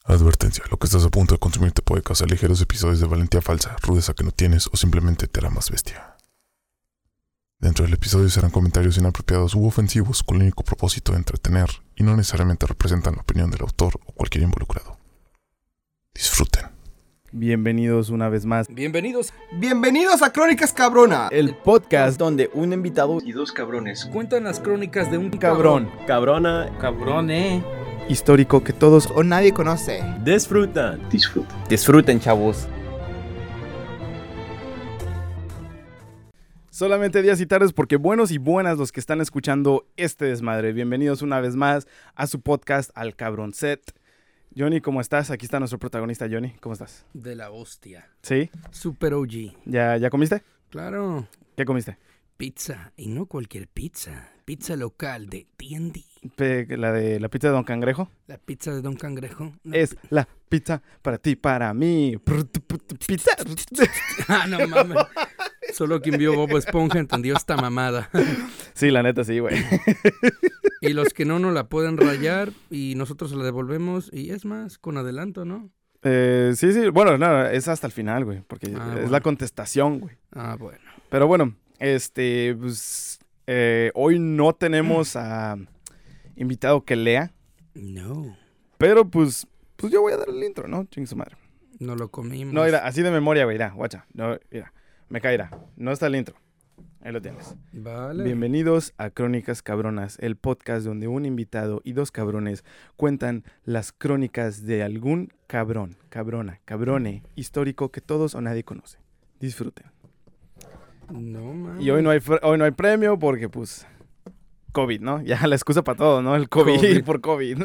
Advertencia, lo que estás a punto de consumir te puede causar ligeros episodios de valentía falsa, rudeza que no tienes o simplemente te hará más bestia. Dentro del episodio serán comentarios inapropiados u ofensivos con el único propósito de entretener y no necesariamente representan la opinión del autor o cualquier involucrado. Disfruten. Bienvenidos una vez más. Bienvenidos a Crónicas Cabrona, El podcast donde un invitado y dos cabrones cuentan las crónicas de un cabrón, cabrona, cabrón, histórico que todos o nadie conoce. disfruten, chavos. Solamente días y tardes porque buenos y buenas los que están escuchando este desmadre. Bienvenidos una vez más a su podcast Al Cabrón Set. Johnny, ¿cómo estás? Aquí está nuestro protagonista, Johnny. ¿Cómo estás? de la hostia. ¿Sí? Super OG. ¿Ya comiste? Claro. ¿Qué comiste? Pizza, y no cualquier pizza. Pizza local de D&D. ¿La de la pizza de Don Cangrejo? La pizza de Don Cangrejo. No, Es la pizza para ti, para mí. Pizza. no mames. Solo quien vio Bob Esponja entendió esta mamada. Sí, la neta sí, güey. Y los que no nos la pueden rayar y nosotros se la devolvemos. Y es más, con adelanto, ¿no? Sí. Bueno, no, es hasta el final, güey. Porque es bueno. la contestación, güey. Bueno. Pero bueno, pues, hoy no tenemos a invitado que lea. No. Pero pues yo voy a dar el intro, ¿no? Chingue su madre. No lo comimos. No, mira, así de memoria, güey, mira, guacha. No, mira, me caerá. No está el intro. Ahí lo tienes. Vale. Bienvenidos a Crónicas Cabronas, el podcast donde un invitado y dos cabrones cuentan las crónicas de algún cabrón, cabrona, cabrone, histórico que todos o nadie conoce. Disfruten. No mames. Y hoy no hay premio porque, pues, COVID, ¿no? Ya la excusa para todo, ¿no? El COVID. Por COVID.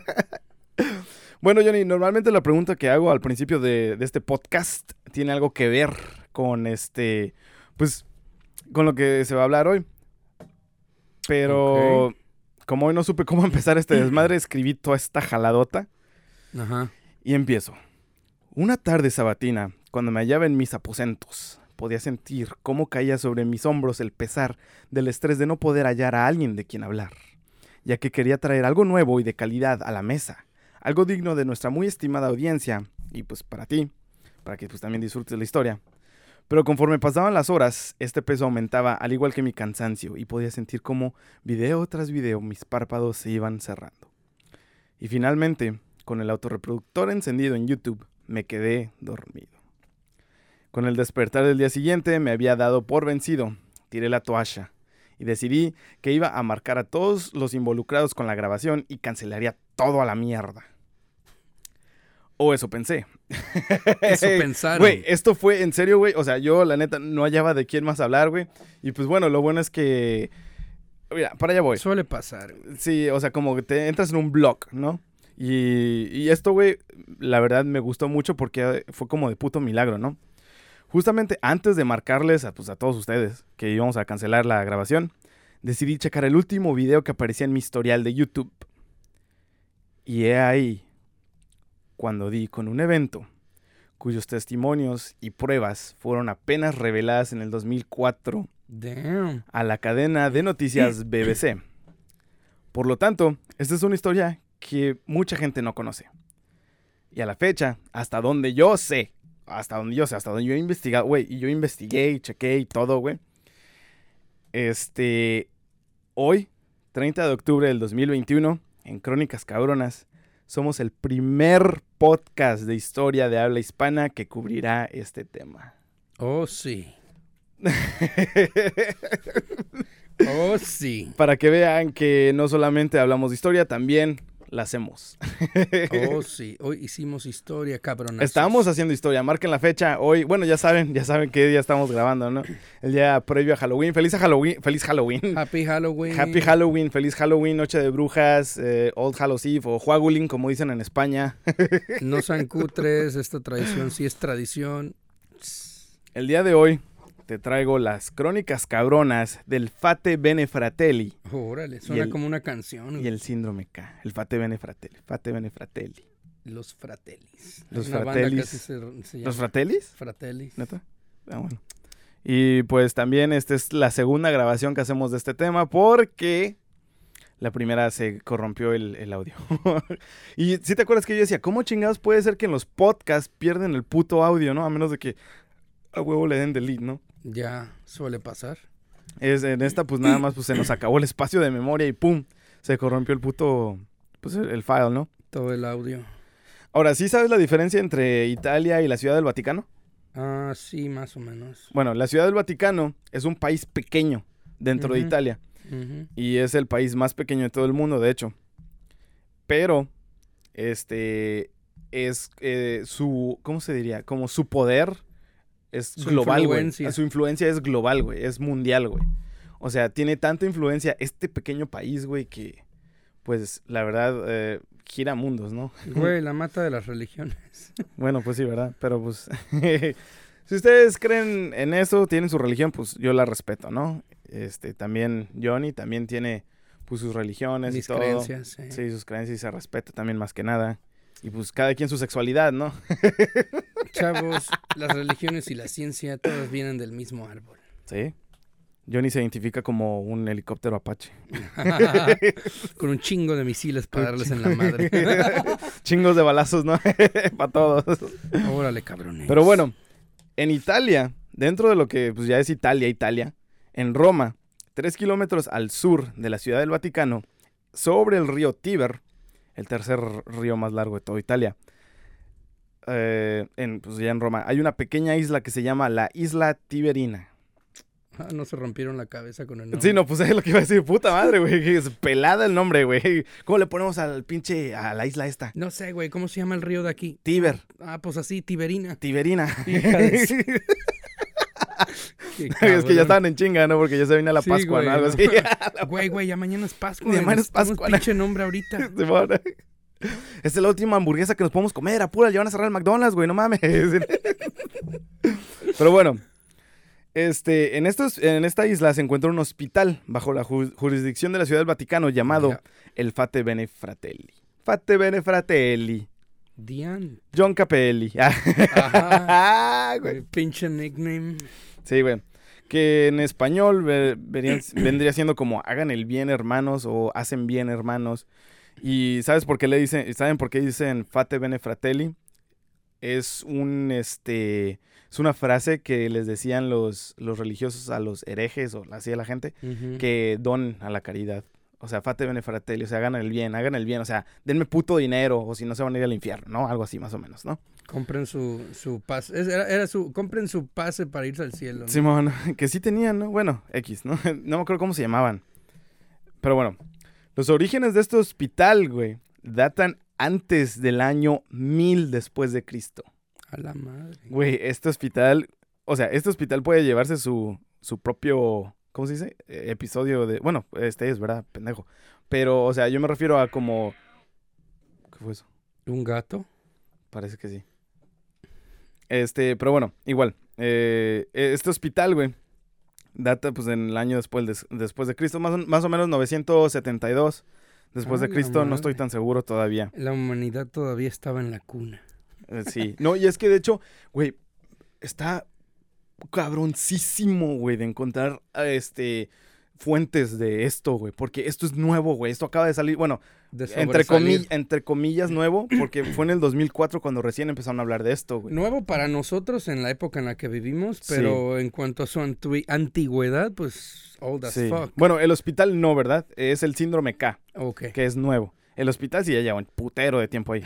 Bueno, Johnny, normalmente la pregunta que hago al principio de este podcast tiene algo que ver con pues, con lo que se va a hablar hoy. Pero, como hoy no supe cómo empezar este desmadre, escribí toda esta jaladota. Ajá. Y empiezo. Una tarde sabatina, cuando me hallaba en mis aposentos, podía sentir cómo caía sobre mis hombros el pesar del estrés de no poder hallar a alguien de quien hablar, ya que quería traer algo nuevo y de calidad a la mesa, algo digno de nuestra muy estimada audiencia, y pues para ti, para que pues también disfrutes la historia. Pero conforme pasaban las horas, este peso aumentaba al igual que mi cansancio, y podía sentir cómo, video tras video, mis párpados se iban cerrando. Y finalmente, con el autorreproductor encendido en YouTube, me quedé dormido. Con el despertar del día siguiente me había dado por vencido, tiré la toalla y decidí que iba a marcar a todos los involucrados con la grabación y cancelaría todo a la mierda. O eso pensé. Eso pensaron. Güey, esto fue en serio, güey. O sea, yo la neta no hallaba de quién más hablar, güey. Y pues bueno, lo bueno es que... Mira, para allá voy. Suele pasar. Sí, o sea, como que te entras en un blog, ¿no? Y esto, güey, la verdad me gustó mucho porque fue como de puto milagro, ¿no? Justamente antes de marcarles a todos ustedes que íbamos a cancelar la grabación, decidí checar el último video que aparecía en mi historial de YouTube. Y he ahí cuando di con un evento cuyos testimonios y pruebas fueron apenas reveladas en el 2004 Damn. a la cadena de noticias BBC. Por lo tanto, esta es una historia que mucha gente no conoce. Y a la fecha, hasta donde yo he investigado, güey, y yo investigué y chequé y todo, güey. Hoy, 30 de octubre del 2021, en Crónicas Cabronas, somos el primer podcast de historia de habla hispana que cubrirá este tema. Oh, sí. Oh, sí. Para que vean que no solamente hablamos de historia, también la hacemos. Oh, sí. Hoy hicimos historia, cabronas. Estamos haciendo historia. Marquen la fecha. Hoy, bueno, ya saben qué día estamos grabando, ¿no? El día previo a Halloween. ¡Feliz Halloween! Happy Halloween. Happy Halloween. Feliz Halloween, Noche de Brujas, Old Hallows Eve o Juagulín, como dicen en España. No sean cutres, esta tradición sí es tradición. El día de hoy te traigo las crónicas cabronas del Fate Bene Fratelli. Órale, suena como una canción. Y el síndrome K. El Fate Bene Fratelli. Fate Bene Fratelli. Los Fratellis. Los Hay una banda Fratellis. que así se llama. ¿Los Fratellis? Fratellis. ¿Neta? Ah, bueno. Y pues también esta es la segunda grabación que hacemos de este tema porque la primera se corrompió el audio. Y si te acuerdas que yo decía, ¿cómo chingados puede ser que en los podcasts pierden el puto audio, no? A menos de que a huevo le den delete, ¿no? Ya suele pasar. En esta, pues nada más pues, se nos acabó el espacio de memoria y ¡pum! Se corrompió el puto, pues el file, ¿no? Todo el audio. Ahora, ¿sí sabes la diferencia entre Italia y la Ciudad del Vaticano? Ah, sí, más o menos. Bueno, la Ciudad del Vaticano es un país pequeño dentro de Ujú. Italia. Y es el país más pequeño de todo el mundo, de hecho. Pero, es su, ¿cómo se diría? Como su poder es Su global, güey. influencia. Su influencia es global, güey. Es mundial, güey. O sea, tiene tanta influencia este pequeño país, güey, que, pues, la verdad, gira mundos, ¿no? Güey, la mata de las religiones. Bueno, pues sí, ¿verdad? Pero, pues, si ustedes creen en eso, tienen su religión, pues yo la respeto, ¿no? También Johnny también tiene, pues, sus religiones Mis y todo. creencias, sí. Sí, sus creencias y se respeta también más que nada. Y, pues, cada quien su sexualidad, ¿no? Chavos, las religiones y la ciencia, todas vienen del mismo árbol. Sí. Johnny se identifica como un helicóptero Apache. Con un chingo de misiles para darles en la madre. Chingos de balazos, ¿no? Para todos. Órale, cabrones. Pero bueno, en Italia, dentro de lo que pues ya es Italia, en Roma, 3 kilómetros al sur de la Ciudad del Vaticano, sobre el río Tíber, el tercer río más largo de toda Italia, pues ya en Roma, hay una pequeña isla que se llama la Isla Tiberina. Ah, no se rompieron la cabeza con el nombre. Sí, no, pues es lo que iba a decir, puta madre, güey, es pelada el nombre, güey. ¿Cómo le ponemos a la isla esta? No sé, güey, ¿cómo se llama el río de aquí? Tíber, Ah, pues así, Tiberina. Tiberina. Hija de su- Qué Es que ya cabrón. estaban en chinga, ¿no? Porque ya se viene la Sí, Pascua, güey, ¿no? Algo no. así. Güey, ya mañana es Pascua. Ya mañana es Necesitamos Pascua. pinche nombre ahorita. Simón. Esta es la última hamburguesa que nos podemos comer. Apura, ya van a cerrar el McDonald's, güey, no mames. Pero bueno, en esta isla se encuentra un hospital bajo la jurisdicción de la Ciudad del Vaticano llamado Ya. el Fate Bene Fratelli. Fate Bene Fratelli. Dian. John Capelli. Ajá. Güey. Pinche nickname. Sí, güey. Que en español vendría siendo como hagan el bien, hermanos, o hacen bien, hermanos. Y ¿saben por qué dicen Fate Bene Fratelli? Es una frase que les decían los religiosos a los herejes o así a la gente, Ujú. que donen a la caridad. O sea, Fate Bene Fratelli, o sea, hagan el bien, o sea, denme puto dinero, o si no se van a ir al infierno, ¿no? Algo así más o menos, ¿no? Compren su pase. Compren su pase para irse al cielo, ¿no? Simón, que sí tenían, ¿no? Bueno, X, ¿no? No me acuerdo cómo se llamaban. Pero bueno, los orígenes de este hospital, güey, datan antes del año 1000 después de Cristo. A la madre. Güey, este hospital puede llevarse su propio, ¿cómo se dice? Episodio de, bueno, es, ¿verdad? Pendejo. Pero, o sea, yo me refiero a como, ¿qué fue eso? ¿Un gato? Parece que sí. Pero bueno, igual. Este hospital, güey, data pues en el año después de Cristo, más o menos 972 después de Ay, la Cristo, no estoy madre. tan seguro todavía. La humanidad todavía estaba en la cuna. Sí. No, y es que de hecho, güey, está cabroncísimo, güey, de encontrar fuentes de esto, güey, porque esto es nuevo, güey, esto acaba de salir, bueno, De entre sobresalir. comillas nuevo, porque fue en el 2004 cuando recién empezaron a hablar de esto, güey. Nuevo para nosotros en la época en la que vivimos, Sí. pero en cuanto a su antigüedad, pues old as Sí. fuck. Bueno, el hospital no, ¿verdad? Es el síndrome K, Ok. que es nuevo. El hospital sí ya lleva un putero de tiempo ahí.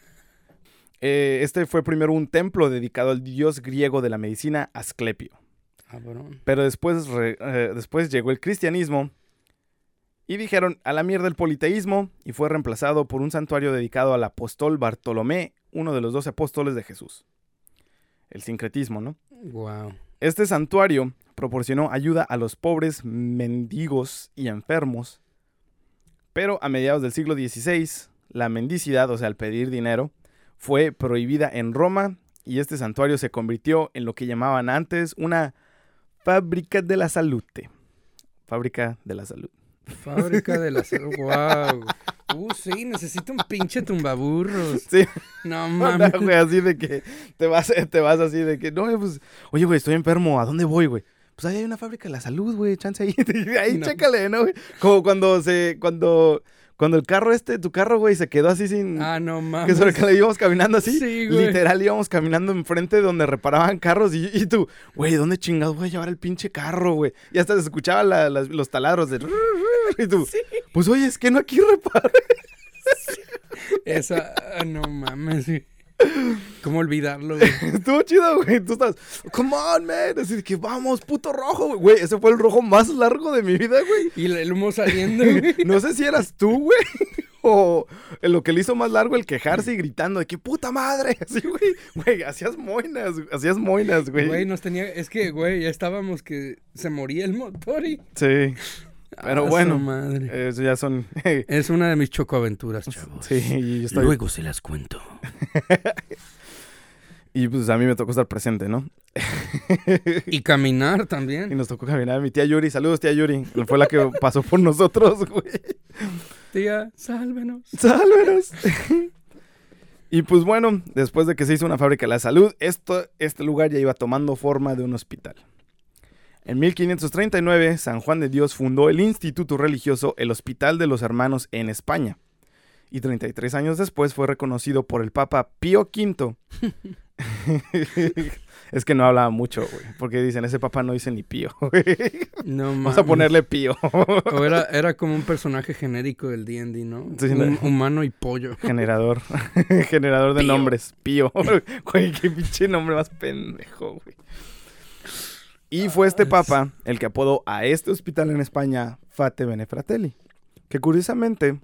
Este fue primero un templo dedicado al dios griego de la medicina, Asclepio. Cabrón. Pero después llegó el cristianismo y dijeron a la mierda el politeísmo y fue reemplazado por un santuario dedicado al apóstol Bartolomé, uno de los 12 apóstoles de Jesús. El sincretismo, ¿no? Wow. Este santuario proporcionó ayuda a los pobres, mendigos y enfermos, pero a mediados del siglo XVI, la mendicidad, o sea, el pedir dinero, fue prohibida en Roma y este santuario se convirtió en lo que llamaban antes una fábrica de la salud. Fábrica de la salud. Fábrica de la salud. Wow. Sí, necesito un pinche tumbaburros. Sí, No no, mames. güey, así de que te vas así de que, no, pues, oye, güey, estoy enfermo, ¿a dónde voy, güey? pues ahí hay una fábrica de la salud, güey, chance ahí. Ahí No. chécale, ¿no, güey? Como cuando el carro tu carro, güey, se quedó así sin... Ah, no Que mames. sobre que le íbamos caminando así. Sí, güey. Literal, íbamos caminando enfrente de donde reparaban carros. Y tú, güey, ¿dónde chingados voy a llevar el pinche carro, güey? Y hasta se escuchaba los taladros de... Y tú, pues oye, es que no aquí repara. Esa, no mames, sí. ¿Cómo olvidarlo, güey? Estuvo chido, güey. Tú estás, come on, man. Así de que vamos, puto rojo, güey. Güey, ese fue el rojo más largo de mi vida, güey. Y el humo saliendo, güey. No sé si eras tú, güey. O lo que le hizo más largo el quejarse y gritando de que puta madre. Así, güey. Güey, hacías moinas, güey. Güey, es que, güey, ya estábamos que se moría el motor y... Sí. Pero Ah, bueno, su madre. eso ya son... Es una de mis chocoaventuras, chavos. Sí, y yo estoy... Luego se las cuento. Y pues a mí me tocó estar presente, ¿no? Y caminar Y también. nos tocó caminar. Mi tía Yuri, saludos tía Yuri. Fue la que pasó por nosotros, güey. Tía, sálvenos. ¡Sálvenos! Y pues bueno, después de que se hizo una fábrica de la salud, este lugar ya iba tomando forma de un hospital. En 1539, San Juan de Dios fundó el instituto religioso El Hospital de los Hermanos en España. Y 33 años después fue reconocido por el Papa Pío V. Es que no hablaba mucho, güey. Porque dicen, ese papa no dice ni Pío, güey. No mames. Vamos a ponerle Pío. O era como un personaje genérico del D&D, ¿no? Sí, Un humano y pollo. Generador. Generador de Pío. nombres. Pío. Güey, qué pinche nombre más pendejo, güey. Y fue este papa el que apodó a este hospital en España Fate Bene Fratelli. Que curiosamente,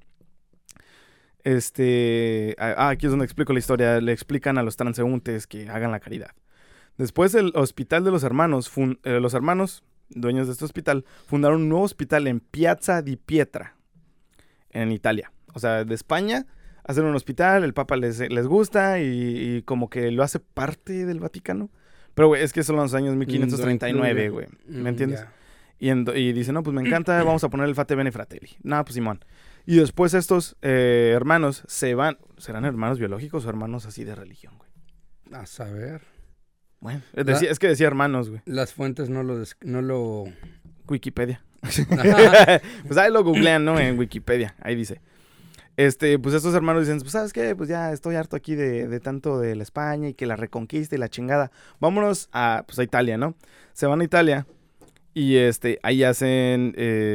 aquí es donde explico la historia. Le explican a los transeúntes que hagan la caridad. Después el hospital de los hermanos, los hermanos dueños de este hospital, fundaron un nuevo hospital en Piazza di Pietra, en Italia. O sea, de España, hacen un hospital, el papa les gusta y como que lo hace parte del Vaticano. Pero, güey, es que son los años 1539, güey. ¿Me entiendes? Ya. Y dice, no, pues me encanta, vamos a poner el Fate Bene Fratelli. No, pues Simón. Y después estos hermanos se van. ¿Serán hermanos biológicos o hermanos así de religión, güey? A saber. Bueno, es que decía hermanos, güey. Las fuentes no lo... Wikipedia. Ajá. Pues ahí lo googlean, ¿no? En Wikipedia. Ahí dice. Pues estos hermanos dicen, pues ¿sabes qué? Pues ya estoy harto aquí de tanto de la España y que la reconquista y la chingada. Vámonos a Italia, ¿no? Se van a Italia y ahí hacen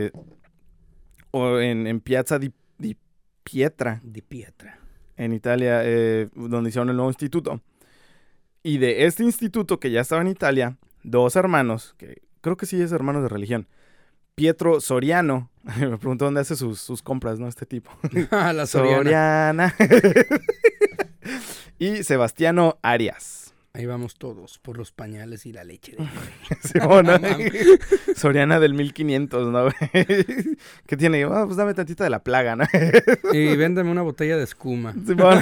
en Piazza di Pietra, Di Pietra. en Italia, donde hicieron el nuevo instituto. Y de este instituto que ya estaba en Italia, dos hermanos, que creo que sí es hermanos de religión, Pietro Soriano, me pregunto dónde hace sus compras, ¿no? Este tipo. La Soriana. Y Sebastiano Arias. Ahí vamos todos por los pañales y la leche de Simón, ¿no? No mames. Soriana del 1500, ¿no? ¿Qué tiene? Pues dame tantita de la plaga, ¿no? Y véndame una botella de espuma. Simón.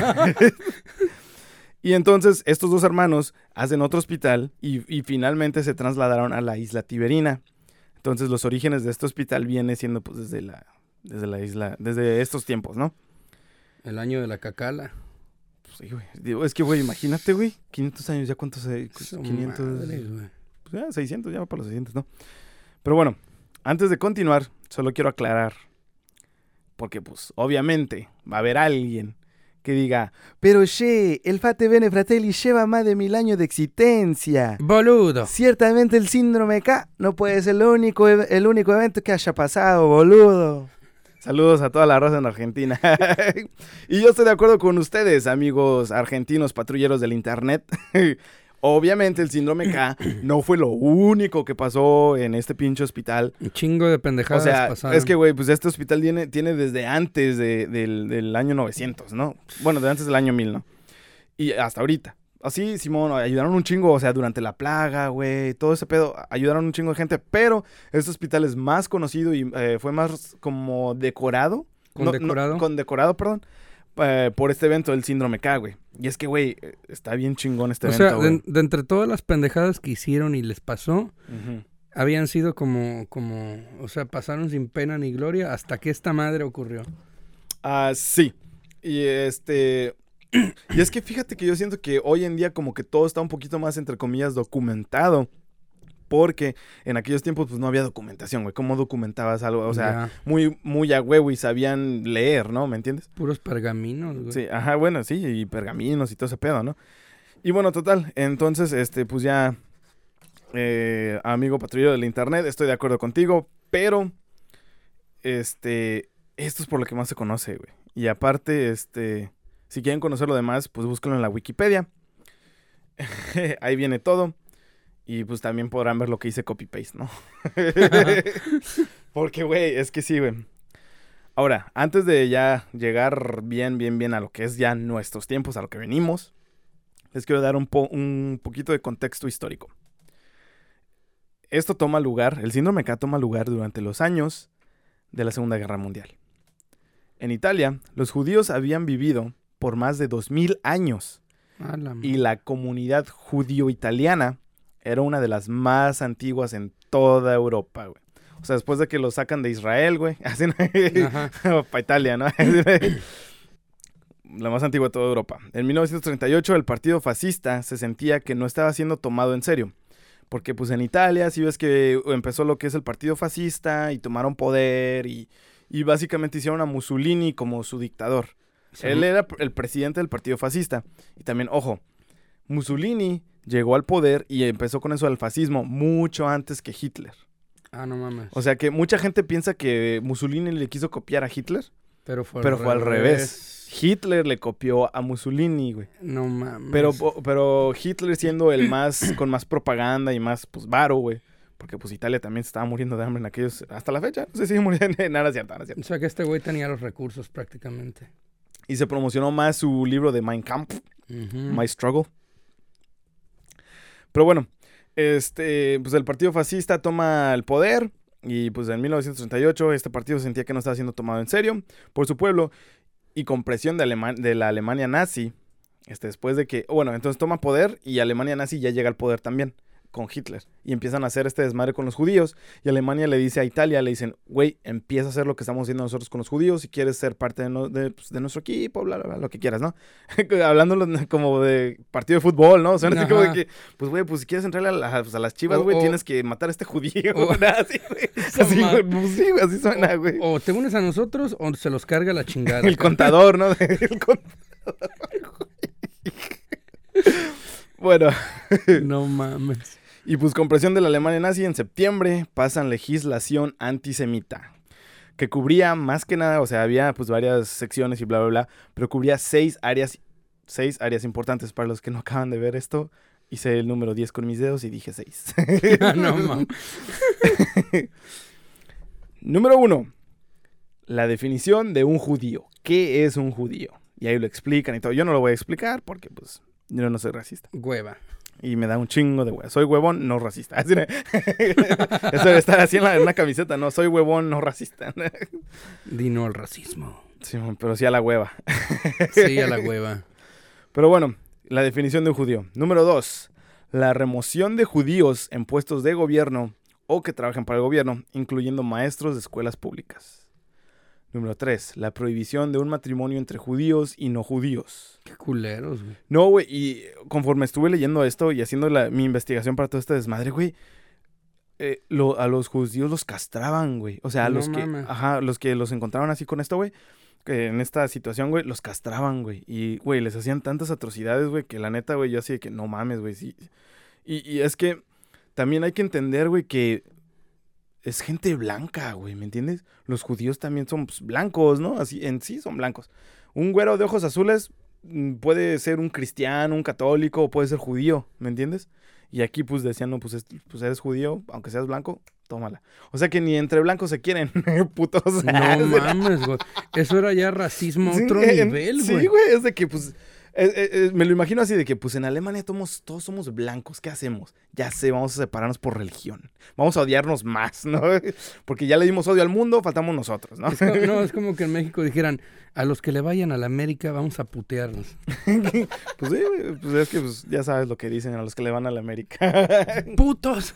Y entonces estos dos hermanos hacen otro hospital y finalmente se trasladaron a la isla Tiberina. Entonces los orígenes de este hospital viene siendo pues desde la isla, desde estos tiempos, ¿no? El año de la cacala. Pues sí, güey. Digo, es que, güey, imagínate, güey, 500 años, ¿ya cuántos? Su 500, madre, güey. pues ya 600, ya va para los 600, ¿no? Pero bueno, antes de continuar, solo quiero aclarar, porque pues obviamente va a haber alguien que diga, pero che, el Fate Bene Fratelli lleva más de 1000 años de existencia. Boludo. Ciertamente el síndrome K no puede ser el único evento que haya pasado, boludo. Saludos a toda la raza en Argentina. Y yo estoy de acuerdo con ustedes, amigos argentinos patrulleros del internet. Obviamente el síndrome K no fue lo único que pasó en este pinche hospital. Un chingo de O pendejadas sea, pasaron. es que, güey, pues este hospital tiene desde antes del año 900, ¿no? Bueno, de antes del año 1000, ¿no? Y hasta ahorita. Así, Simón, ayudaron un chingo, o sea, durante la plaga, güey, todo ese pedo, ayudaron un chingo de gente, pero este hospital es más conocido y fue más como decorado. ¿Condecorado? Condecorado, perdón, por este evento del síndrome K, güey. Y es que, güey, está bien chingón este O evento, sea, güey. de entre todas las pendejadas que hicieron y les pasó, Ujú. habían sido como, o sea, pasaron sin pena ni gloria hasta que esta madre ocurrió. Sí. Y y es que fíjate que yo siento que hoy en día como que todo está un poquito más, entre comillas, documentado. Porque en aquellos tiempos pues no había documentación, güey. ¿Cómo documentabas algo? O sea, Ya. muy a huevo y sabían leer, ¿no? ¿Me entiendes? Puros pergaminos, güey. Sí, ajá, bueno, sí, y pergaminos y todo ese pedo, ¿no? Y bueno, total, entonces, pues ya, amigo patrullero del internet, estoy de acuerdo contigo, pero, esto es por lo que más se conoce, güey. Y aparte, si quieren conocer lo demás, pues búsquenlo en la Wikipedia. Ahí viene todo. Y pues también podrán ver lo que hice copy-paste, ¿no? Porque, güey, es que sí, güey. Ahora, antes de ya llegar bien a lo que es ya nuestros tiempos, a lo que venimos, les quiero dar un poquito de contexto histórico. Esto toma lugar, el síndrome K toma lugar durante los años de la Segunda Guerra Mundial. En Italia, los judíos habían vivido por más de 2000 años A la y madre. la comunidad judío-italiana era una de las más antiguas en toda Europa, güey. O sea, después de que lo sacan de Israel, güey, así Ajá. para Italia, ¿no? La más antigua de toda Europa. En 1938 el partido fascista se sentía que no estaba siendo tomado en serio. Porque pues en Italia, si ves que empezó lo que es el partido fascista y tomaron poder y básicamente hicieron a Mussolini como su dictador. Sí. Él era el presidente del partido fascista. Y también, ojo, Mussolini llegó al poder y empezó con eso del fascismo mucho antes que Hitler. Ah, no mames. O sea que mucha gente piensa que Mussolini le quiso copiar a Hitler, Pero fue pero fue al revés. Hitler le copió a Mussolini, güey. No mames. Pero Hitler siendo el más, con más propaganda y más, pues, varo, güey. Porque, pues, Italia también se estaba muriendo de hambre en aquellos, hasta la fecha. No sé si sigue muriendo, nada es cierto, nada es cierto. O sea que este güey tenía los recursos prácticamente. Y se promocionó más su libro de Mein Kampf, Ujú. My Struggle. Pero bueno, pues el partido fascista toma el poder y pues en 1938 este partido sentía que no estaba siendo tomado en serio por su pueblo y con presión de la Alemania nazi, después de que, bueno, entonces toma poder y Alemania nazi ya llega al poder también con Hitler y empiezan a hacer este desmadre con los judíos y Alemania le dice a Italia, le dicen, güey, empieza a hacer lo que estamos haciendo nosotros con los judíos si quieres ser parte de nuestro equipo, bla, bla, bla, lo que quieras, ¿no? Hablando como de partido de fútbol, ¿no? O sea, así como de que, pues, güey, pues si quieres entrarle a las Chivas, güey, tienes que matar a este judío, ¿no? Así, güey. Así, güey, pues sí, güey, así suena, güey. O te unes a nosotros o se los carga la chingada. El contador, ¿no? El contador, güey. Bueno. No mames. Y pues con presión de la Alemania nazi, en septiembre pasan legislación antisemita, que cubría más que nada, o sea, había pues varias secciones y bla, bla, bla, pero cubría 6 áreas importantes. Para los que no acaban de ver esto, hice el número 10 con mis dedos y dije 6. No mames. Número 1, la definición de un judío. ¿Qué es un judío? Y ahí lo explican y todo. Yo no lo voy a explicar porque pues yo no soy racista. Hueva. Y me da un chingo de huevo. Soy huevón, no racista. Eso debe estar así en una camiseta, no. Soy huevón, no racista. Di no al racismo. Sí, pero sí a la hueva. Sí, a la hueva. Pero bueno, la definición de un judío. Número 2. La remoción de judíos en puestos de gobierno o que trabajen para el gobierno, incluyendo maestros de escuelas públicas. Número 3. La prohibición de un matrimonio entre judíos y no judíos. Qué culeros, güey. No, güey, y conforme estuve leyendo esto y haciendo mi investigación para todo este desmadre, güey, a los judíos los castraban, güey. O sea, No los mames. los que los encontraban así con esto, güey, que en esta situación, güey, los castraban, güey. Y, güey, les hacían tantas atrocidades, güey, que la neta, güey, yo así de que no mames, güey, sí. Y es que también hay que entender, güey, que es gente blanca, güey, ¿me entiendes? Los judíos también son pues, blancos, ¿no? Así, en sí son blancos. Un güero de ojos azules puede ser un cristiano, un católico, o puede ser judío, ¿me entiendes? Y aquí, pues, decían, no, pues eres judío, aunque seas blanco, tómala. O sea que ni entre blancos se quieren, putos. No mames, güey. Eso era ya racismo a otro nivel, güey. Sí, güey, es de que, pues, me lo imagino así de que, pues, en Alemania todos somos blancos. ¿Qué hacemos? Ya sé, vamos a separarnos por religión. Vamos a odiarnos más, ¿no? Porque ya le dimos odio al mundo, faltamos nosotros, ¿no? Es como que en México dijeran, a los que le vayan a la América vamos a putearnos. Pues sí, güey, pues es que pues, ya sabes lo que dicen a los que le van a la América. ¡Putos!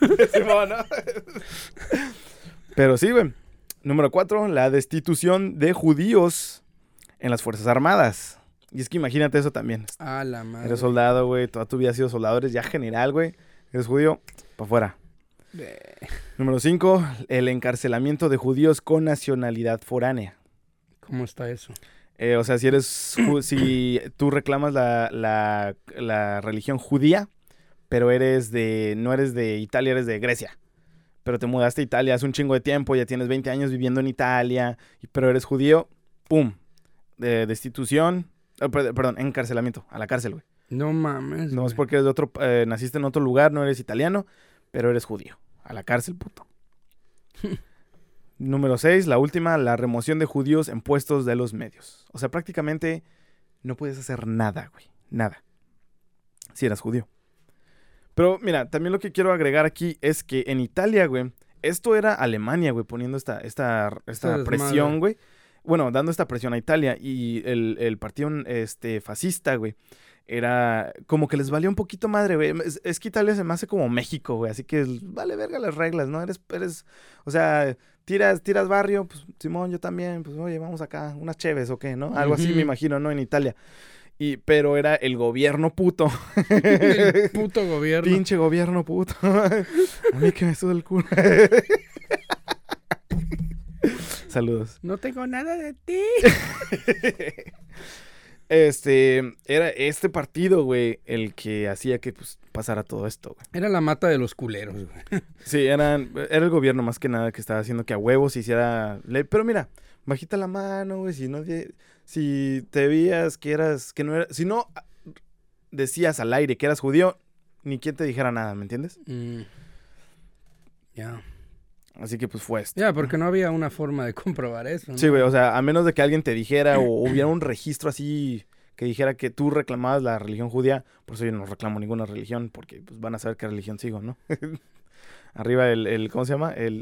Pero sí, güey. Número 4, la destitución de judíos en las Fuerzas Armadas. Y es que imagínate eso también. A la madre. Eres soldado, güey, toda tu vida has sido soldado, eres ya general, güey. Eres judío, para afuera. Número 5, el encarcelamiento de judíos con nacionalidad foránea. ¿Cómo está eso? O sea, si tú reclamas la religión judía, pero no eres de Italia, eres de Grecia. Pero te mudaste a Italia hace un chingo de tiempo, ya tienes 20 años viviendo en Italia, pero eres judío, ¡pum! De destitución, perdón, encarcelamiento, a la cárcel, güey. No mames. No es güey. porque eres naciste en otro lugar, no eres italiano, pero eres judío. A la cárcel, puto. Número 6, la última, la remoción de judíos en puestos de los medios. O sea, prácticamente no puedes hacer nada, güey. Nada. Si eras judío. Pero mira, también lo que quiero agregar aquí es que en Italia, güey, esto era Alemania, güey, poniendo esta presión, güey. Bueno, dando esta presión a Italia. Y el partido fascista, güey, era como que les valía un poquito madre, güey. Es que Italia se me hace como México, güey. Así que vale verga las reglas, ¿no? O sea, tiras barrio, pues Simón, yo también, pues oye, vamos acá, unas cheves o qué, ¿no? Algo así me imagino, ¿no? En Italia. Pero era el gobierno puto. El puto gobierno. Pinche gobierno puto. A mí que me sube el culo. Saludos. No tengo nada de ti. Era este partido, güey, el que hacía que pues, pasara todo esto, güey. Era la mata de los culeros, güey. Sí, era el gobierno más que nada que estaba haciendo que a huevos se hiciera ley. Pero mira, bajita la mano, güey, si te veías que no eras, si no decías al aire que eras judío, ni quien te dijera nada, ¿me entiendes? Ya. Así que pues fue esto. Ya, porque no había una forma de comprobar eso, ¿no? Sí, güey, o sea, a menos de que alguien te dijera o hubiera un registro así que dijera que tú reclamabas la religión judía, por eso yo no reclamo ninguna religión, porque pues van a saber qué religión sigo, ¿no? Arriba el ¿cómo se llama? El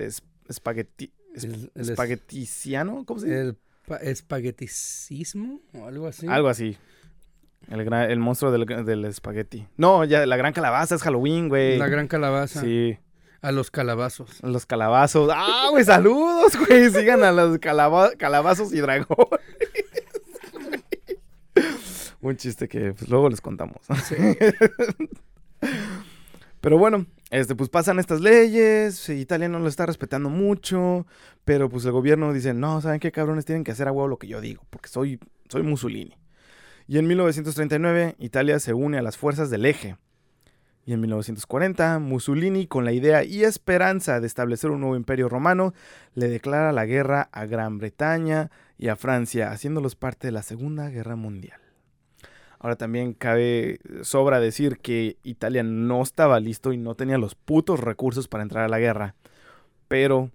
espagueticiano, ¿cómo se dice? El espagueticismo o algo así. Algo así. El monstruo del espagueti. No, ya, la gran calabaza es Halloween, güey. La gran calabaza. Sí. A los calabazos. Los calabazos. ¡Ah, güey! ¡Saludos, güey! Sigan a los calabazos y dragones. Un chiste que pues, luego les contamos. Sí. Pero bueno, pues pasan estas leyes. Italia no lo está respetando mucho. Pero pues el gobierno dice, no, ¿saben qué, cabrones? Tienen que hacer a huevo lo que yo digo. Porque soy Mussolini. Y en 1939, Italia se une a las fuerzas del Eje. Y en 1940, Mussolini, con la idea y esperanza de establecer un nuevo imperio romano, le declara la guerra a Gran Bretaña y a Francia, haciéndolos parte de la Segunda Guerra Mundial. Ahora también sobra decir que Italia no estaba listo y no tenía los putos recursos para entrar a la guerra. Pero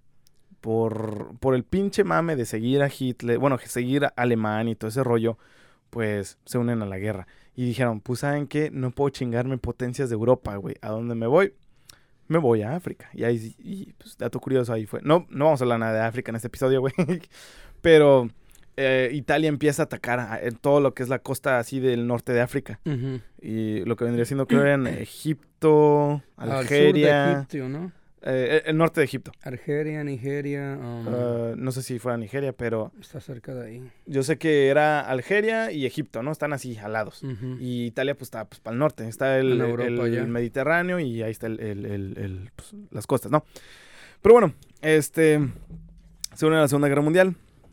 por el pinche mame de seguir a Hitler, bueno, seguir a Alemania y todo ese rollo, pues se unen a la guerra. Y dijeron, pues, ¿saben qué? No puedo chingarme potencias de Europa, güey. ¿A dónde me voy? Me voy a África. Y pues, dato curioso ahí fue. No vamos a hablar nada de África en este episodio, güey. Pero Italia empieza a atacar en todo lo que es la costa así del norte de África. Uh-huh. Y lo que vendría siendo, creo, eran Egipto, Algeria. Al sur de Egipto, ¿no? El norte de Egipto. Argelia, Nigeria. No sé si fuera Nigeria, pero Está cerca de ahí. yo sé que era Algeria y Egipto, ¿no? Están así, al lados. Uh-huh. Y Italia, pues, está para el norte. Está En Europa, ya. el Mediterráneo y ahí está pues, las costas, ¿no? Pero bueno, se une a la Segunda Guerra Mundial.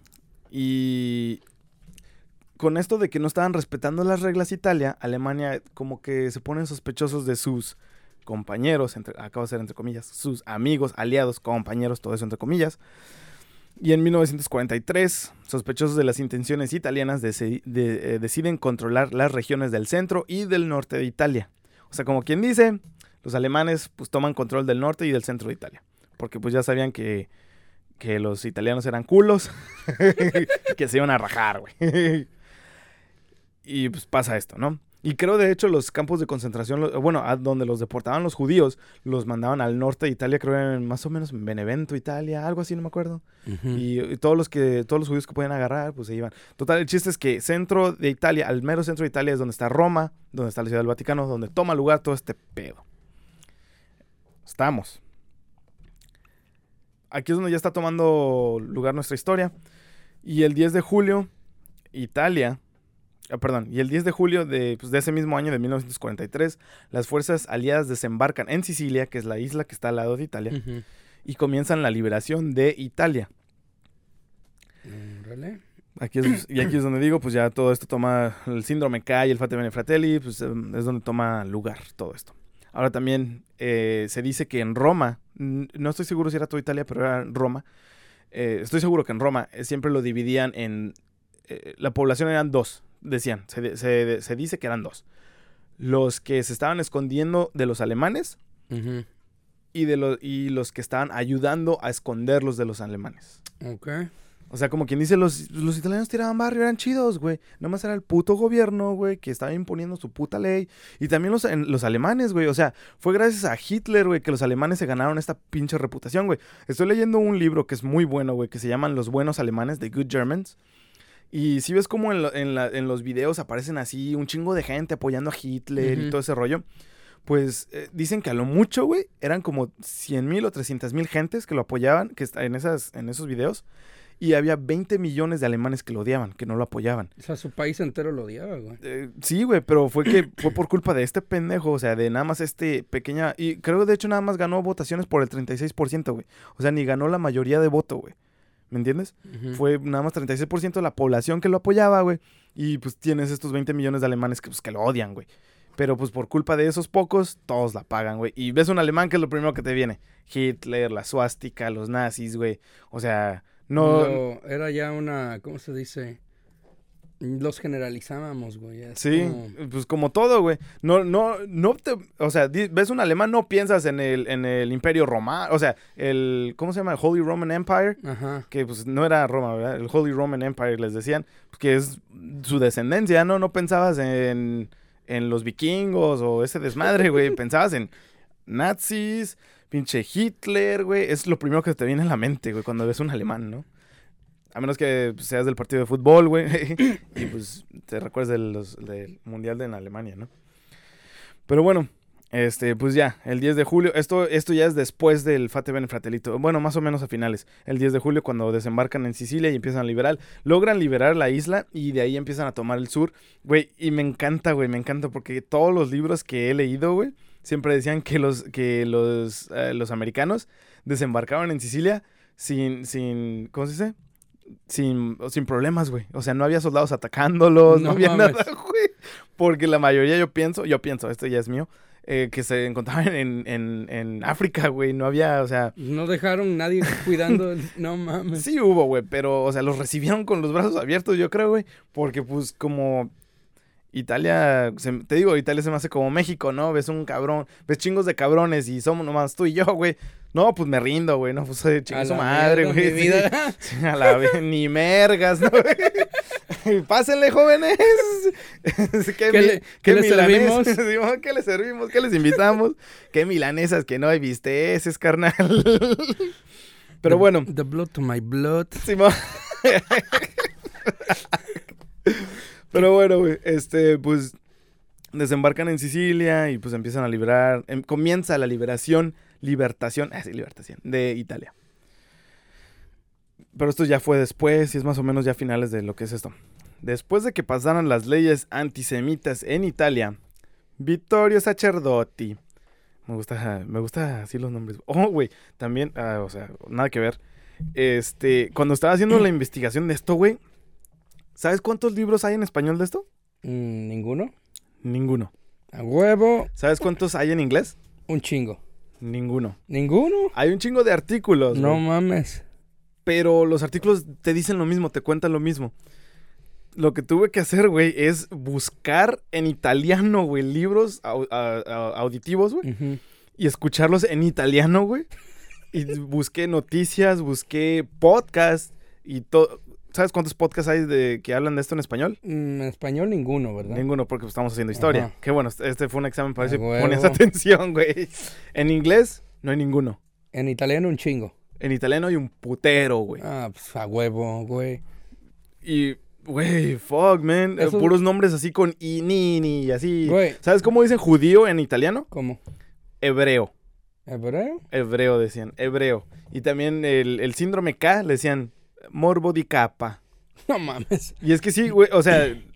Y con esto de que no estaban respetando las reglas Italia, Alemania como que se ponen sospechosos de sus compañeros, acabo de hacer entre comillas, sus amigos, aliados, compañeros, todo eso entre comillas. Y en 1943, sospechosos de las intenciones italianas, deciden controlar las regiones del centro y del norte de Italia. O sea, como quien dice, los alemanes pues toman control del norte y del centro de Italia. Porque pues ya sabían que los italianos eran culos, que se iban a rajar, güey. Y pues pasa esto, ¿no? Y creo, de hecho, los campos de concentración, a donde los deportaban los judíos, los mandaban al norte de Italia, creo más o menos en Benevento, Italia, algo así, no me acuerdo. Uh-huh. Y todos los judíos que podían agarrar, pues se iban. Total, el chiste es que centro de Italia, al mero centro de Italia es donde está Roma, donde está la Ciudad del Vaticano, donde toma lugar todo este pedo. Estamos. Aquí es donde ya está tomando lugar nuestra historia. Y el 10 de julio, Italia Y el 10 de julio de ese mismo año, de 1943, las fuerzas aliadas desembarcan en Sicilia, que es la isla que está al lado de Italia, Ujú. y comienzan la liberación de Italia. Órale. Aquí es donde digo, pues ya todo esto toma el síndrome K y el Fate Bene Fratelli, pues es donde toma lugar todo esto. Ahora también se dice que en Roma, no estoy seguro si era toda Italia, pero era en Roma, estoy seguro que en Roma siempre lo dividían en, la población eran dos, decían, se dice que eran dos. Los que se estaban escondiendo de los alemanes Ujú. y los que estaban ayudando a esconderlos de los alemanes. Ok. O sea, como quien dice, los italianos tiraban barrio, eran chidos, güey. Nomás era el puto gobierno, güey, que estaba imponiendo su puta ley. Y también los alemanes, güey. O sea, fue gracias a Hitler, güey, que los alemanes se ganaron esta pinche reputación, güey. Estoy leyendo un libro que es muy bueno, güey, que se llaman Los Buenos Alemanes, The Good Germans. Y si ves como en los videos aparecen así un chingo de gente apoyando a Hitler y todo ese rollo. Pues dicen que a lo mucho, güey, eran como 100,000 o 300,000 gentes que lo apoyaban, que en esos videos. Y había 20 millones de alemanes que lo odiaban, que no lo apoyaban. O sea, su país entero lo odiaba, güey. Sí, güey, pero fue por culpa de este pendejo, o sea, de nada más pequeña... Y creo que de hecho nada más ganó votaciones por el 36%, güey. O sea, ni ganó la mayoría de voto, güey. ¿Me entiendes? Ujú. Fue nada más 36% de la población que lo apoyaba, güey. Y pues tienes estos 20 millones de alemanes que lo odian, güey. Pero pues por culpa de esos pocos, todos la pagan, güey. Y ves un alemán que es lo primero que te viene. Hitler, la suástica, los nazis, güey. O sea... No, Era ya una, ¿cómo se dice? Los generalizábamos, güey. sí, pues como todo, güey. O sea, ves un alemán, no piensas en el Imperio Romano, o sea, ¿cómo se llama? El Holy Roman Empire, Ajá. que pues no era Roma, ¿verdad? El Holy Roman Empire les decían, que es su descendencia, ¿no? No pensabas en los vikingos o ese desmadre, güey. Pensabas en nazis, pinche Hitler, güey. Es lo primero que te viene a la mente, güey, cuando ves un alemán, ¿no? A menos que seas del partido de fútbol, güey. Y pues te recuerdes del Mundial en Alemania, ¿no? Pero bueno, pues ya, el 10 de julio. Esto ya es después del Fate Bene Fratelito. Bueno, más o menos a finales. El 10 de julio, cuando desembarcan en Sicilia y empiezan a liberar. Logran liberar la isla y de ahí empiezan a tomar el sur. Güey, y me encanta, güey, me encanta porque todos los libros que he leído, güey, siempre decían que los americanos desembarcaban en Sicilia sin ¿cómo se dice? Sin problemas, güey. O sea, no había soldados atacándolos, no había mames. nada, güey. Porque la mayoría, yo pienso, esto ya es mío, que se encontraban en África, güey. No había, o sea... No dejaron nadie cuidando, no mames. Sí hubo, güey, pero, o sea, los recibieron con los brazos abiertos, yo creo, güey. Porque, pues, como... Italia, te digo, Italia se me hace como México, ¿no? Ves un cabrón, ves chingos de cabrones y somos nomás tú y yo, güey. No, pues me rindo, güey, no, pues chingue su madre, güey. Mi vida. Sí, a la vez, ni mergas, ¿no? Pásenle, jóvenes. ¿Qué le servimos? ¿Qué le servimos? ¿Qué les invitamos? ¿Qué milanesas que no hay bisteces, carnal? Pero bueno. The blood to my blood. Simón. Pero bueno, güey, pues desembarcan en Sicilia y pues empiezan a liberar, comienza la libertación de Italia. Pero esto ya fue después y es más o menos ya finales de lo que es esto. Después de que pasaran las leyes antisemitas en Italia, Vittorio Sacerdoti, me gusta así los nombres. Oh, güey, también, o sea, nada que ver. Cuando estaba haciendo la investigación de esto, güey, ¿sabes cuántos libros hay en español de esto? ¿Ninguno? Ninguno. A huevo. ¿Sabes cuántos hay en inglés? Un chingo. Ninguno. ¿Ninguno? Hay un chingo de artículos. No güey. mames. Pero los artículos te dicen lo mismo, te cuentan lo mismo. Lo que tuve que hacer, güey, es buscar en italiano, güey, libros auditivos, güey. Ujú. Y escucharlos en italiano, güey. Y busqué noticias, busqué podcasts y todo. ¿Sabes cuántos podcasts hay que hablan de esto en español? En español ninguno, ¿verdad? Ninguno, porque estamos haciendo historia. Ajá. Qué bueno, este fue un examen para ver si huevo. pones atención, güey. En inglés, no hay ninguno. En italiano un chingo. En italiano hay un putero, güey. Ah, pues a huevo, güey. Y, güey, fuck, man. Eso- Puros nombres así con i, ni, y así. Güey. ¿Sabes cómo dicen judío en italiano? ¿Cómo? Hebreo. ¿Hebreo? Hebreo decían, hebreo. Y también el síndrome K le decían morbo di capa. No mames. Y es que sí, güey, o sea,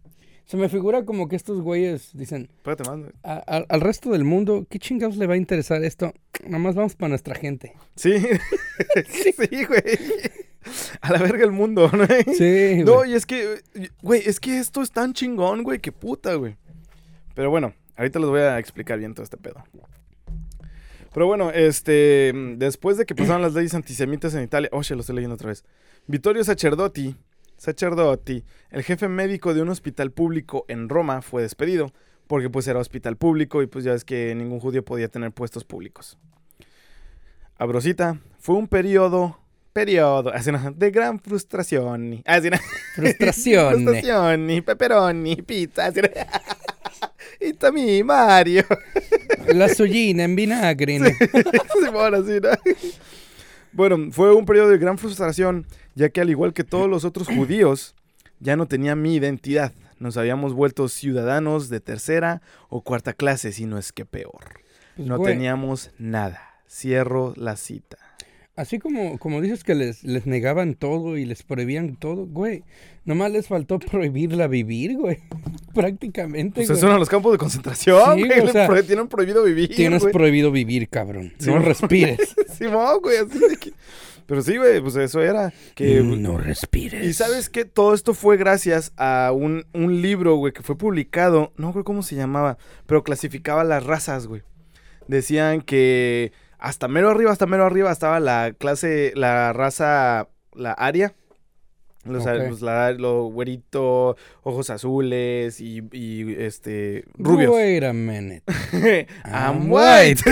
Se me figura como que estos güeyes dicen, Espérate más, güey. al resto del mundo, ¿qué chingados le va a interesar esto? Nada más vamos para nuestra gente. Sí. Sí, güey. A la verga el mundo, ¿no? Sí, No, güey. y es que, güey, es que esto es tan chingón, güey, que puta, güey. Pero bueno, ahorita les voy a explicar bien todo este pedo. Pero bueno, después de que pasaron las leyes antisemitas en Italia, lo estoy leyendo otra vez. Vittorio Sacerdoti, el jefe médico de un hospital público en Roma, fue despedido, porque pues era hospital público y pues ya es que ningún judío podía tener puestos públicos. Abrosita, fue un periodo, así no, de gran frustración. Así no. Frustración. Frustrazioni, pepperoni, pizza. Así no. Y también Mario. La sollina en vinagre. ¿no? Simón, así, ¿no? Bueno, fue un periodo de gran frustración, ya que al igual que todos los otros judíos, ya no tenía mi identidad. Nos habíamos vuelto ciudadanos de tercera o cuarta clase, si no es que peor. Pues, No güey, teníamos nada. Cierro la cita. así como dices que les negaban todo y les prohibían todo, güey. Nomás les faltó prohibirla vivir, güey. Prácticamente, Pues güey. eso eran los campos de concentración, Sí, güey. o sea, Tienen prohibido vivir, Tienes güey. prohibido vivir, cabrón. Sí, No güey. respires. Simón, güey, así de que... Pero sí, güey, pues eso era. Que... No respires. Y sabes que todo esto fue gracias a un libro, güey, que fue publicado, no recuerdo cómo se llamaba, pero clasificaba las razas, güey. Decían que hasta mero arriba estaba la clase, la raza, la aria. Los, Ok. pues, lo güerito, ojos azules y rubios. Wait a minute. I'm white.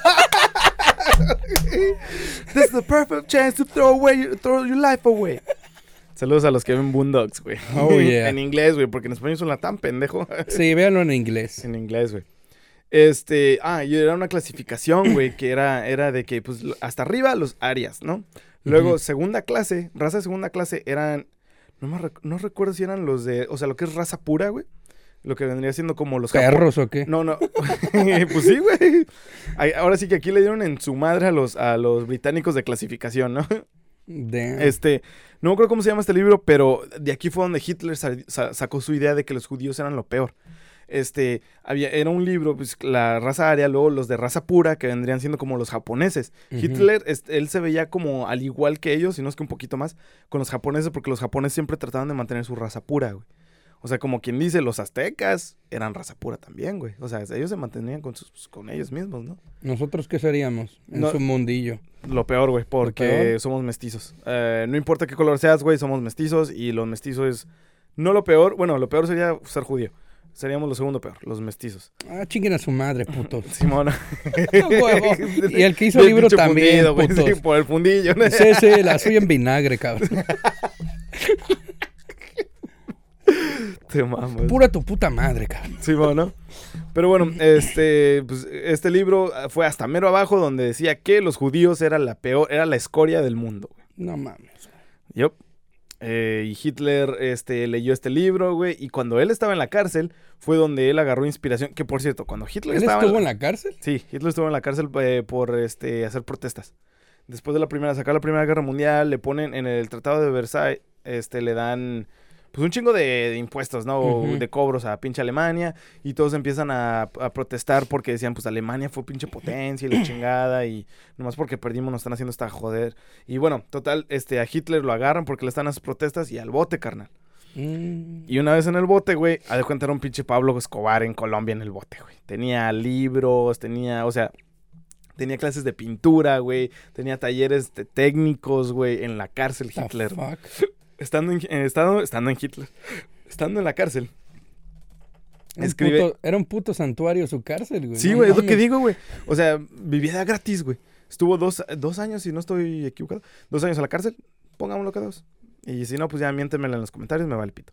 This is the perfect chance to throw your life away. Saludos a los que ven Boondocks, güey. Oh, yeah. En inglés, güey, porque en español suena tan pendejo. Sí, véanlo en inglés. En inglés, güey. Y era una clasificación, güey, que era de que, pues, hasta arriba los arias, ¿no? Luego, Ujú. segunda clase, raza de segunda clase eran, no recuerdo si eran los de, o sea, lo que es raza pura, güey. Lo que vendría siendo como los ¿Perros o qué? No. Pues sí, güey. Ahora sí que aquí le dieron en su madre a los británicos de clasificación, ¿no? Damn. No me acuerdo cómo se llama este libro, pero de aquí fue donde Hitler sacó su idea de que los judíos eran lo peor. Era un libro, pues, la raza aria, luego los de raza pura, que vendrían siendo como los japoneses. Ujú. Hitler, él se veía como al igual que ellos, si no es que un poquito más, con los japoneses, porque los japoneses siempre trataban de mantener su raza pura, güey. O sea, como quien dice, los aztecas eran raza pura también, güey. O sea, ellos se mantenían con ellos mismos, ¿no? ¿Nosotros qué seríamos en No. su mundillo? Lo peor, güey, porque peor? somos mestizos. No importa qué color seas, güey, somos mestizos y los mestizos es... No lo peor, bueno, lo peor sería ser judío. Seríamos lo segundo peor, los mestizos. Ah, chinguen a su madre, putos. Simón. Huevo. Y el que hizo el Bien libro pinche también, fundido, güey, putos. sí, por el fundillo, ¿no? Sí, la suya en vinagre, cabrón. Te mamas. Pura tu puta madre, cabrón. Simón, ¿no? Pero bueno, pues, este libro fue hasta mero abajo donde decía que los judíos era la escoria del mundo, güey. No mames. Yup. Y Hitler leyó este libro, güey, y cuando él estaba en la cárcel fue donde él agarró inspiración. Que por cierto, cuando Hitler ¿Él estaba estuvo en la cárcel? Sí, Hitler estuvo en la cárcel por hacer protestas. Después de sacar la Primera Guerra Mundial, le ponen en el Tratado de Versailles, le dan pues un chingo de impuestos, ¿no? Ujú. De cobros a pinche Alemania, y todos empiezan a protestar porque decían, pues Alemania fue pinche potencia y la chingada, y nomás porque perdimos nos están haciendo esta joder. Y bueno, total, a Hitler lo agarran porque le están haciendo protestas y al bote, carnal. Y una vez en el bote, güey, a de cuenta era un pinche Pablo Escobar en Colombia en el bote, güey. Tenía libros, tenía clases de pintura, güey. Tenía talleres técnicos, güey, en la cárcel Hitler. Fuck. Estando en Hitler. Estando en la cárcel. Era un puto santuario su cárcel, güey. Sí, No güey, es lo que mames. digo, güey. O sea, vivía gratis, güey. Estuvo dos años, si no estoy equivocado. 2 años en la cárcel. Pongámoslo que 2. Y si no, pues ya miéntemela en los comentarios, me vale pito.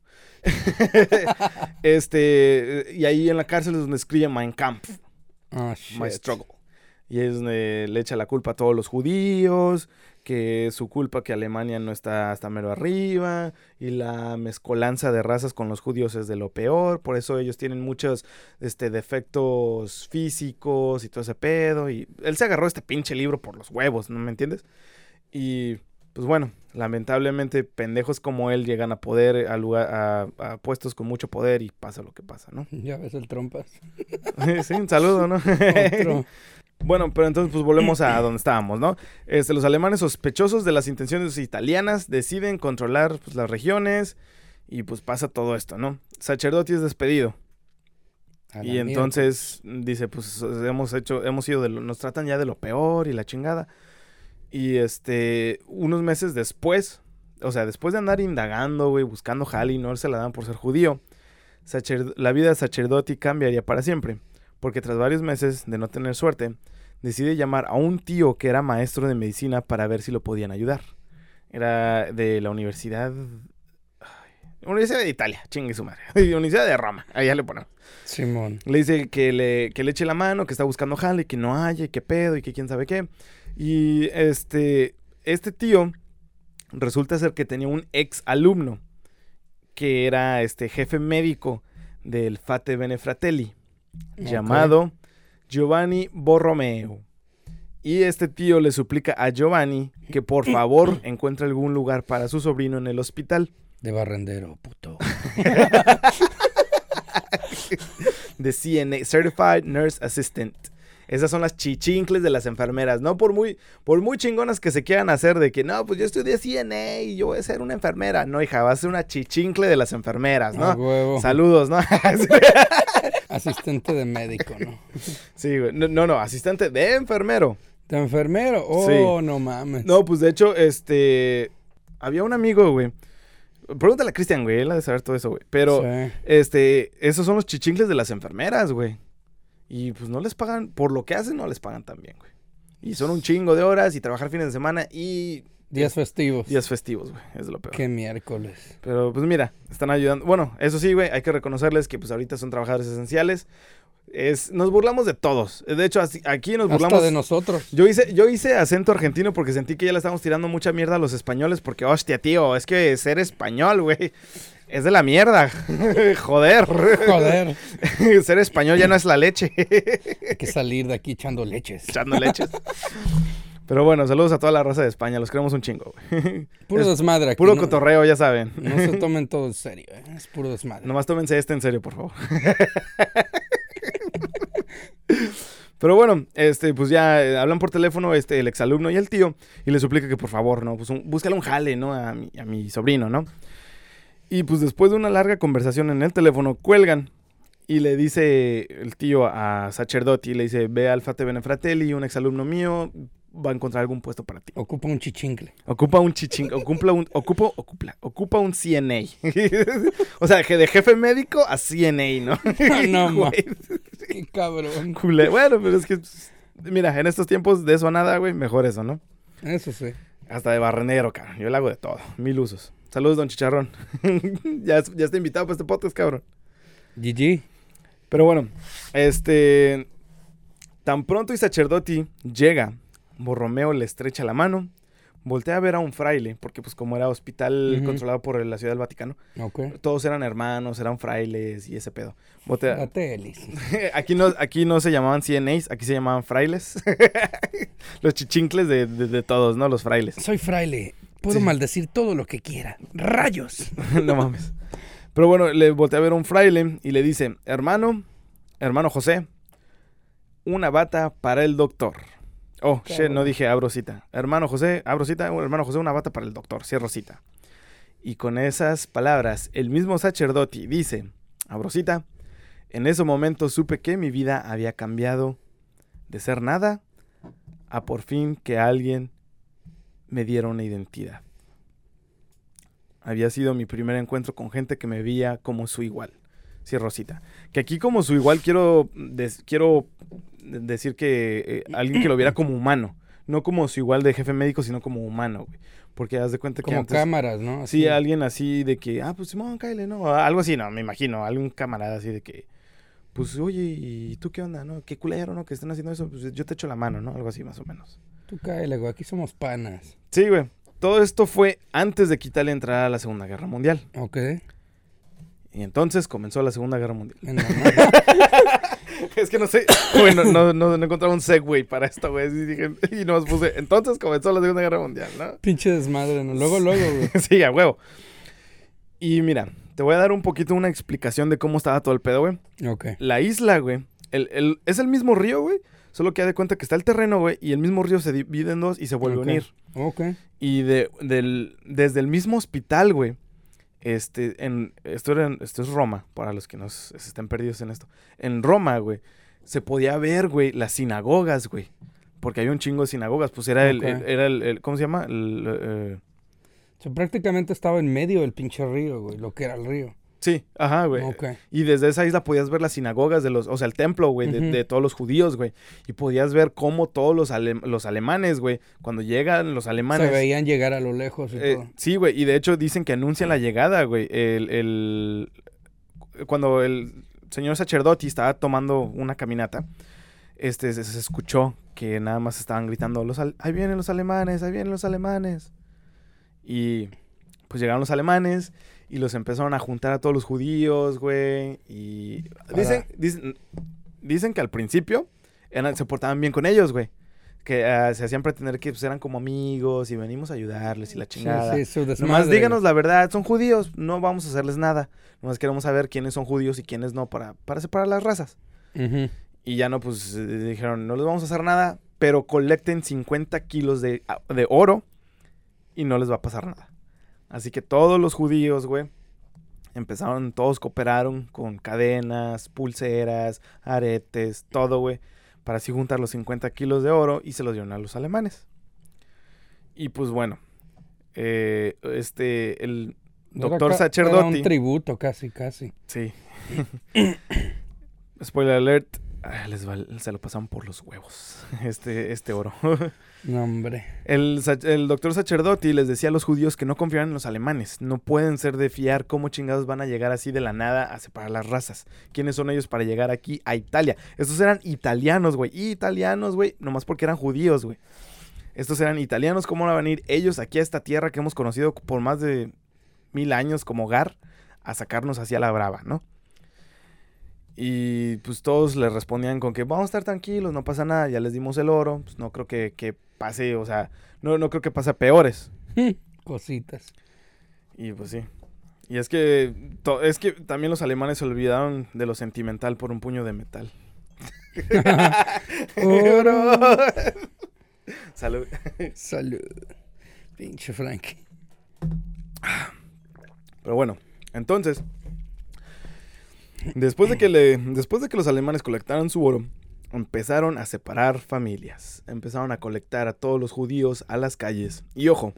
Y ahí en la cárcel es donde escribe Mein Kampf, Ah, shit. My Struggle. Y es donde le echa la culpa a todos los judíos, que es su culpa que Alemania no está hasta mero arriba, y la mezcolanza de razas con los judíos es de lo peor, por eso ellos tienen muchos defectos físicos y todo ese pedo, y él se agarró este pinche libro por los huevos, ¿no me entiendes? Y pues bueno, lamentablemente pendejos como él llegan a poder, a puestos con mucho poder y pasa lo que pasa, ¿no? Ya ves el trompas. Sí, un saludo, ¿no? Otro. Bueno, pero entonces pues volvemos a donde estábamos, ¿no? Los alemanes sospechosos de las intenciones italianas deciden controlar pues, las regiones y pues pasa todo esto, ¿no? Sacerdoti es despedido. A la Y entonces dice, pues hemos sido nos tratan ya de lo peor y la chingada. Y unos meses después, o sea, después de andar indagando, güey, buscando jale y no se la dan por ser judío, la vida de Sacerdoti cambiaría para siempre. Porque tras varios meses de no tener suerte, decide llamar a un tío que era maestro de medicina para ver si lo podían ayudar. Era de la Universidad de Italia, chingue su madre. Universidad de Roma, allá le ponemos. Simón. Le dice que le eche la mano, que está buscando jale, que no haya, y que pedo, y que quién sabe qué. Y este tío resulta ser que tenía un ex alumno que era jefe médico del Fate Bene Fratelli, llamado Giovanni Borromeo. Y este tío le suplica a Giovanni que por favor encuentre algún lugar para su sobrino en el hospital. De barrendero, puto. De CNA, Certified Nurse Assistant. Esas son las chichincles de las enfermeras, ¿no? Por muy chingonas que se quieran hacer de que, no, pues yo estudié CNA y yo voy a ser una enfermera. No, hija, vas a ser una chichincle de las enfermeras, ¿no? Huevo. Saludos, ¿no? Asistente de médico, ¿no? Sí, güey. No, asistente de enfermero. ¿De enfermero? Oh, Sí. No mames. No, pues de hecho, había un amigo, güey. Pregúntale a Cristian, güey, él ha de saber todo eso, güey. Pero, Sí. esos son los chichincles de las enfermeras, güey. Y pues no les pagan, por lo que hacen, no les pagan tan bien, güey. Y son un chingo de horas y trabajar fines de semana y... Días festivos. Días festivos, güey, es lo peor. Qué miércoles. Pero pues mira, están ayudando. Bueno, eso sí, güey, hay que reconocerles que pues ahorita son trabajadores esenciales. Nos burlamos de todos. De hecho, aquí nos burlamos... Hasta de nosotros. Yo hice acento argentino porque sentí que ya le estábamos tirando mucha mierda a los españoles porque, hostia, tío, es que ser español, güey, es de la mierda. Joder. Joder. Ser español ya no es la leche. Hay que salir de aquí echando leches. Echando leches. Pero bueno, saludos a toda la raza de España, los queremos un chingo, güey. Puro desmadre aquí. Puro ¿no? cotorreo, ya saben. No se tomen todo en serio, es puro desmadre. Nomás tómense en serio, por favor. Pero bueno, pues ya hablan por teléfono el exalumno y el tío y le suplica que por favor, ¿no? Pues búscale un jale, ¿no? A mi sobrino, ¿no? Y pues después de una larga conversación en el teléfono, cuelgan y le dice el tío a Sacerdoti, le dice, ve al Fate Bene Fratelli, un exalumno mío va a encontrar algún puesto para ti. Ocupa un chichincle. Ocupa un CNA. O sea, de jefe médico a CNA, ¿no? No, ma. Güey. Qué cabrón. Bueno, pero es que, mira, en estos tiempos de eso a nada, güey, mejor eso, ¿no? Eso sí. Hasta de barrenero, cabrón. Yo le hago de todo. 1000 usos. Saludos, don Chicharrón. ya está invitado para este podcast, cabrón. GG. Pero bueno, tan pronto y Sacerdoti llega, Borromeo le estrecha la mano, voltea a ver a un fraile, porque pues como era hospital controlado por la Ciudad del Vaticano, todos eran hermanos, eran frailes y ese pedo. Aquí no se llamaban CNAs, aquí se llamaban frailes. Los chichincles de todos, ¿no? Los frailes. Soy fraile, puedo maldecir todo lo que quiera. ¡Rayos! No mames. Pero bueno, le voltea a ver a un fraile y le dice, hermano José, una bata para el doctor. Oh, shit, no dije abro cita. Hermano José, una bata para el doctor, cierro cita. Y con esas palabras, el mismo Sacerdoti dice, abro cita, en ese momento supe que mi vida había cambiado de ser nada a por fin que alguien me diera una identidad. Había sido mi primer encuentro con gente que me veía como su igual. Cierro cita. Que aquí como su igual quiero decir que alguien que lo viera como humano. No como su igual de jefe médico, sino como humano, güey. Porque haz de cuenta que como antes... cámaras, ¿no? Así. Sí, alguien así de que, pues Simón, cáele, ¿no? Algo así, no, me imagino. Algún camarada así de que, pues, oye, ¿y tú qué onda, no? Qué culero, ¿no? Que estén haciendo eso. Pues yo te echo la mano, ¿no? Algo así, más o menos. Tú cáele, güey. Aquí somos panas. Sí, güey. Todo esto fue antes de quitarle entrada a la Segunda Guerra Mundial. Ok. Y entonces comenzó la Segunda Guerra Mundial. Es que no sé, güey, no encontraba un segue para esto, güey. Y nos puse, entonces comenzó la Segunda Guerra Mundial, ¿no? Pinche desmadre, ¿no? Luego, güey. Sí, a huevo. Y mira, te voy a dar un poquito una explicación de cómo estaba todo el pedo, güey. Ok. La isla, güey, es el mismo río, güey. Solo que da de cuenta que está el terreno, güey, y el mismo río se divide en dos y se vuelve a unir. Ok. Y desde el mismo hospital, güey, esto es Roma, para los que se estén perdidos en esto. En Roma, güey, se podía ver, güey, las sinagogas, güey. Porque había un chingo de sinagogas. Pues era el ¿cómo se llama? O sea, prácticamente estaba en medio del pinche río, güey, lo que era el río. Sí, ajá, güey. Ok. Y desde esa isla podías ver las sinagogas o sea, el templo, güey, de todos los judíos, güey. Y podías ver cómo todos los alemanes, güey, cuando llegan los alemanes... Se veían llegar a lo lejos y todo. Sí, güey, y de hecho dicen que anuncian la llegada, güey. Cuando el señor sacerdote estaba tomando una caminata, se escuchó que nada más estaban gritando, ahí vienen los alemanes, ahí vienen los alemanes. Y pues llegaron los alemanes... Y los empezaron a juntar a todos los judíos, güey. Y dicen que al principio se portaban bien con ellos, güey. Que se hacían pretender que pues, eran como amigos y venimos a ayudarles y la chingada. Sí, su desmadre. Nomás díganos la verdad, son judíos, no vamos a hacerles nada. Nomás queremos saber quiénes son judíos y quiénes no para separar las razas. Y ya no, pues dijeron, no les vamos a hacer nada, pero colecten 50 kilos de oro y no les va a pasar nada. Así que todos los judíos, güey, todos cooperaron con cadenas, pulseras, aretes, todo, güey, para así juntar los 50 kilos de oro y se los dieron a los alemanes. Y pues bueno, el doctor sacerdote... Era un tributo, casi. Sí. Spoiler alert, se lo pasaron por los huevos, este oro. No, hombre. El doctor sacerdote les decía a los judíos que no confiaran en los alemanes. No pueden ser de fiar. ¿Cómo chingados van a llegar así de la nada a separar las razas? ¿Quiénes son ellos para llegar aquí a Italia? Estos eran italianos, güey. Nomás porque eran judíos, güey. Estos eran italianos. ¿Cómo van a venir ellos aquí a esta tierra que hemos conocido por más de 1000 años como hogar a sacarnos hacia la brava, ¿no? Y pues todos le respondían con que vamos a estar tranquilos, no pasa nada, ya les dimos el oro, pues no creo que pase, o sea, no creo que pase a peores. Cositas. Y pues sí. Y es que también los alemanes se olvidaron de lo sentimental por un puño de metal. ¡Oro! Salud. Salud. Pinche Frank. Pero bueno, entonces... Después de que los alemanes colectaron su oro, empezaron a separar familias. Empezaron a colectar a todos los judíos a las calles. Y ojo,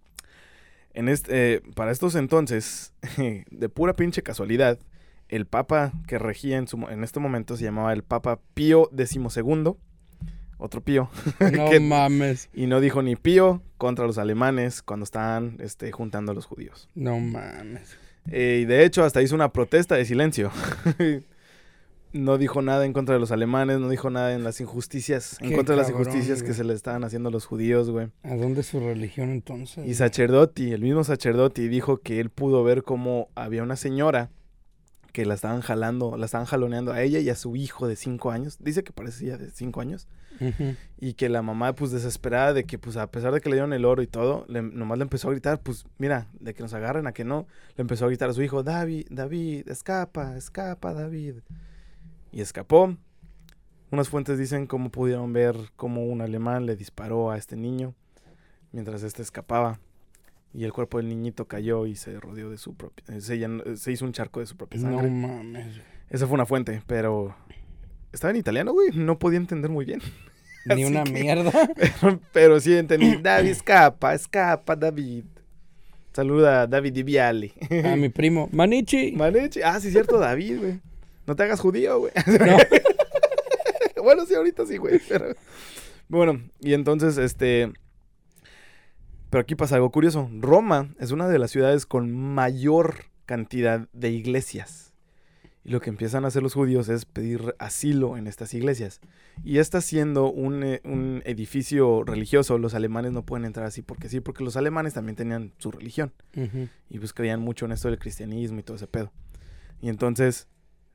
para estos entonces, de pura pinche casualidad, el papa que regía en este momento se llamaba el Papa Pío XII. Otro Pío. No mames. Y no dijo ni Pío contra los alemanes cuando estaban juntando a los judíos. No mames. Y de hecho hasta hizo una protesta de silencio. No dijo nada en contra de los alemanes, no dijo nada en las injusticias, en contra de las injusticias, güey, que se le estaban haciendo a los judíos, güey. ¿A dónde es su religión entonces? Y el mismo sacerdote dijo que él pudo ver cómo había una señora que la estaban jaloneando a ella y a su hijo de 5 años. Dice que parecía de 5 años. Y que la mamá, pues, desesperada de que, pues, a pesar de que le dieron el oro y todo, nomás le empezó a gritar, pues, mira, de que nos agarren a que no, le empezó a gritar a su hijo, David, escapa, David. Y escapó. Unas fuentes dicen cómo pudieron ver cómo un alemán le disparó a este niño mientras escapaba. Y el cuerpo del niñito cayó y se rodeó de su propia... Se hizo un charco de su propia sangre. No mames. Esa fue una fuente, pero... Estaba en italiano, güey. No podía entender muy bien. Ni una mierda. Pero sí entendí. David, escapa, David. Saluda a David Di Viale. A mi primo. Manichi. Ah, sí, cierto, David, güey. No te hagas judío, güey. No. Bueno, sí, ahorita sí, güey. Pero... Bueno, y entonces, Pero aquí pasa algo curioso. Roma es una de las ciudades con mayor cantidad de iglesias. Y lo que empiezan a hacer los judíos es pedir asilo en estas iglesias. Y esta siendo un edificio religioso, los alemanes no pueden entrar así porque sí, porque los alemanes también tenían su religión. Y pues creían mucho en esto del cristianismo y todo ese pedo. Y entonces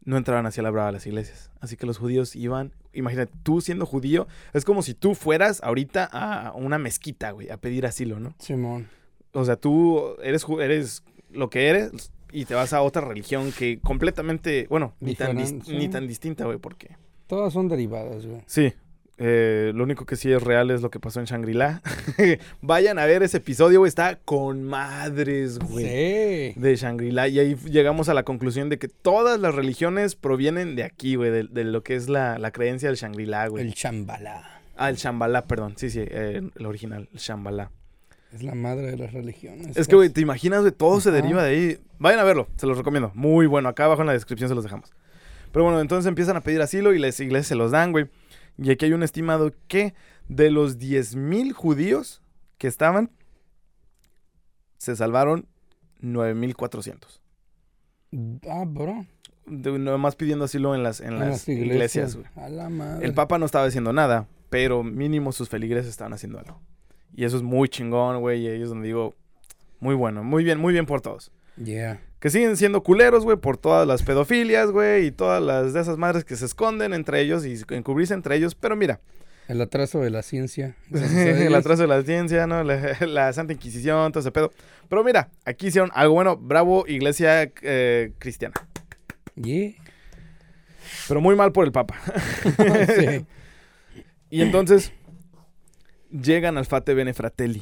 no entraban hacia la brava a las iglesias. Así que los judíos iban, imagínate, tú siendo judío, es como si tú fueras ahorita a una mezquita, güey, a pedir asilo, ¿no? Simón. O sea, tú eres lo que eres y te vas a otra religión que completamente, bueno, ni tan distinta, güey, porque... Todas son derivadas, güey. Sí. Lo único que sí es real es lo que pasó en Shangri-La. Vayan a ver ese episodio, güey. Está con madres, güey. Sí. De Shangri-La. Y ahí llegamos a la conclusión de que todas las religiones provienen de aquí, güey. De lo que es la creencia del Shangri-La, güey. El Shambhala. Ah, el Shambhala, perdón. Sí, el original, el Shambhala. Es la madre de las religiones. Es que, güey, te imaginas, güey, todo se deriva de ahí. Vayan a verlo, se los recomiendo. Muy bueno. Acá abajo en la descripción se los dejamos. Pero bueno, entonces empiezan a pedir asilo y las iglesias se los dan, güey. Y aquí hay un estimado que de los 10,000 judíos que estaban, se salvaron 9,400. Ah, bro. Nomás pidiendo asilo en las iglesias, güey. A la madre. El Papa no estaba haciendo nada, pero mínimo sus feligreses estaban haciendo algo. Y eso es muy chingón, güey. Y ahí es donde digo, muy bueno, muy bien por todos. Yeah. Que siguen siendo culeros, güey, por todas las pedofilias, güey, y todas las de esas madres que se esconden entre ellos y encubrirse entre ellos. Pero mira. El atraso de la ciencia. El atraso de la ciencia, ¿no? La Santa Inquisición, todo ese pedo. Pero mira, aquí hicieron algo bueno. Bravo, iglesia cristiana. Yeah. Pero muy mal por el Papa. Sí. Y entonces llegan al Fate Bene Fratelli.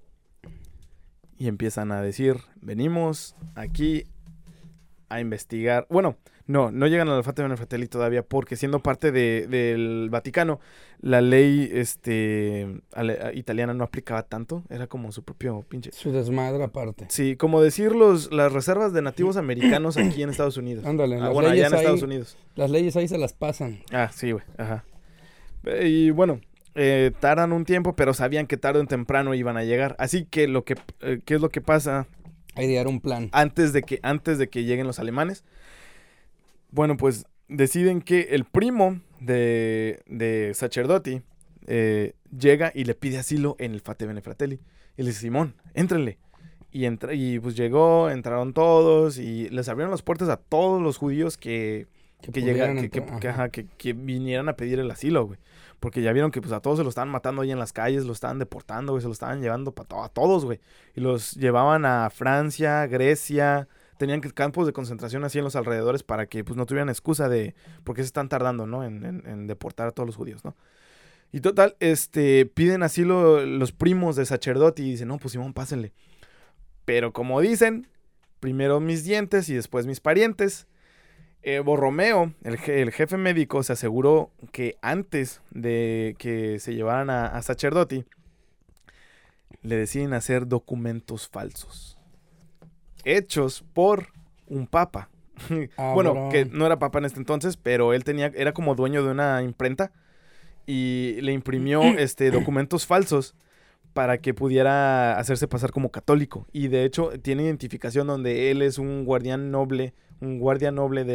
Y empiezan a decir, venimos aquí a investigar. Bueno, no llegan al Fate Bene Fratelli todavía porque siendo parte del Vaticano, la ley italiana no aplicaba tanto. Era como su propio pinche... Su desmadre aparte. Sí, como decir las reservas de nativos americanos aquí en Estados Unidos. Ándale, bueno, allá en Estados Unidos. Las leyes ahí se las pasan. Ah, sí, güey, ajá. Y bueno... tardan un tiempo, pero sabían que tarde o temprano iban a llegar. Así que ¿qué es lo que pasa? Hay de dar un plan. Antes de que lleguen los alemanes. Bueno, pues deciden que el primo de Sacerdoti llega y le pide asilo en el Fate Bene Fratelli. Y le dice, Simón, éntrenle. Y pues entraron todos y les abrieron las puertas a todos los judíos que vinieran a pedir el asilo, güey. Porque ya vieron que pues a todos se los estaban matando ahí en las calles, los estaban deportando, güey, se los estaban llevando a todos, güey. Y los llevaban a Francia, Grecia, tenían campos de concentración así en los alrededores para que pues no tuvieran excusa de por qué se están tardando, ¿no? En deportar a todos los judíos, ¿no? Y total, piden asilo los primos de Sacerdoti y dicen, no, pues Simón, pásenle. Pero como dicen, primero mis dientes y después mis parientes. Borromeo, el jefe médico, se aseguró que antes de que se llevaran a Sacerdoti, le deciden hacer documentos falsos. Hechos por un papa. Bueno, bro. que no era papa en este entonces, pero él era como dueño de una imprenta y le imprimió documentos falsos para que pudiera hacerse pasar como católico. Y de hecho tiene identificación donde él es un guardia noble de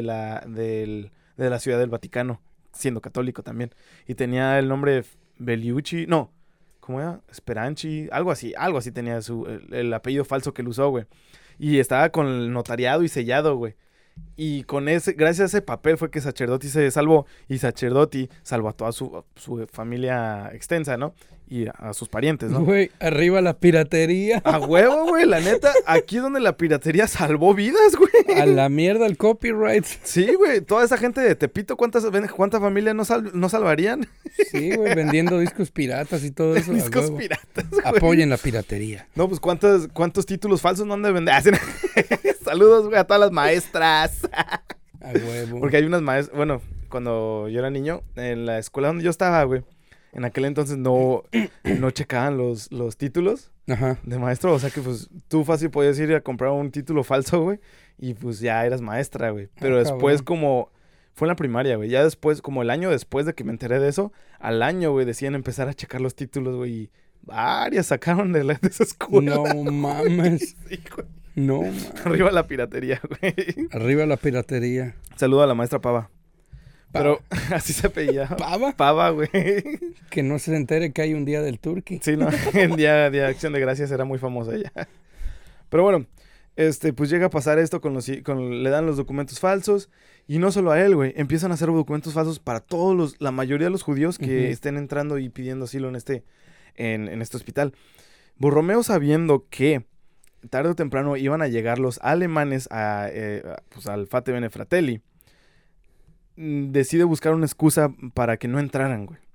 la ciudad del Vaticano, siendo católico también. Y tenía el nombre Bellucci, no, ¿cómo era? Speranchi, algo así tenía el apellido falso que él usó, güey. Y estaba con el notariado y sellado, güey. Y gracias a ese papel fue que Sacerdoti se salvó. Y Sacerdoti salvó a toda su familia extensa, ¿no? Y a sus parientes, ¿no? Güey, arriba la piratería. A huevo, güey, la neta. Aquí es donde la piratería salvó vidas, güey. A la mierda el copyright. Sí, güey. Toda esa gente de Tepito, ¿cuánta familia no salvarían? Sí, güey, vendiendo discos piratas y todo eso. Discos piratas, güey. Apoyen la piratería. No, pues ¿cuántos títulos falsos no han de vender? Saludos, güey, a todas las maestras. A huevo. Porque hay unas maestras, bueno, cuando yo era niño, en la escuela donde yo estaba, güey, en aquel entonces no checaban los títulos de maestro. O sea que pues tú fácil podías ir a comprar un título falso, güey, y pues ya eras maestra, güey. Pero después como... Fue en la primaria, güey. Ya después, como el año después de que me enteré de eso, al año, güey, decían empezar a checar los títulos, güey, y varias sacaron de esa escuela. No mames. Sí, güey. No mames. Arriba la piratería, güey. Arriba la piratería. Saludo a la maestra Pava. Pero así se apellía. ¿Pava? Pava, güey. Que no se entere que hay un día del turqui. Sí, no. En día de Acción de Gracias era muy famosa ella. Pero bueno, pues llega a pasar esto le dan los documentos falsos Y no solo a él, güey. Empiezan a hacer documentos falsos para la mayoría de los judíos que estén entrando y pidiendo asilo en este hospital. Borromeo, sabiendo que tarde o temprano iban a llegar los alemanes al Fate Bene Fratelli, decide buscar una excusa para que no entraran, güey.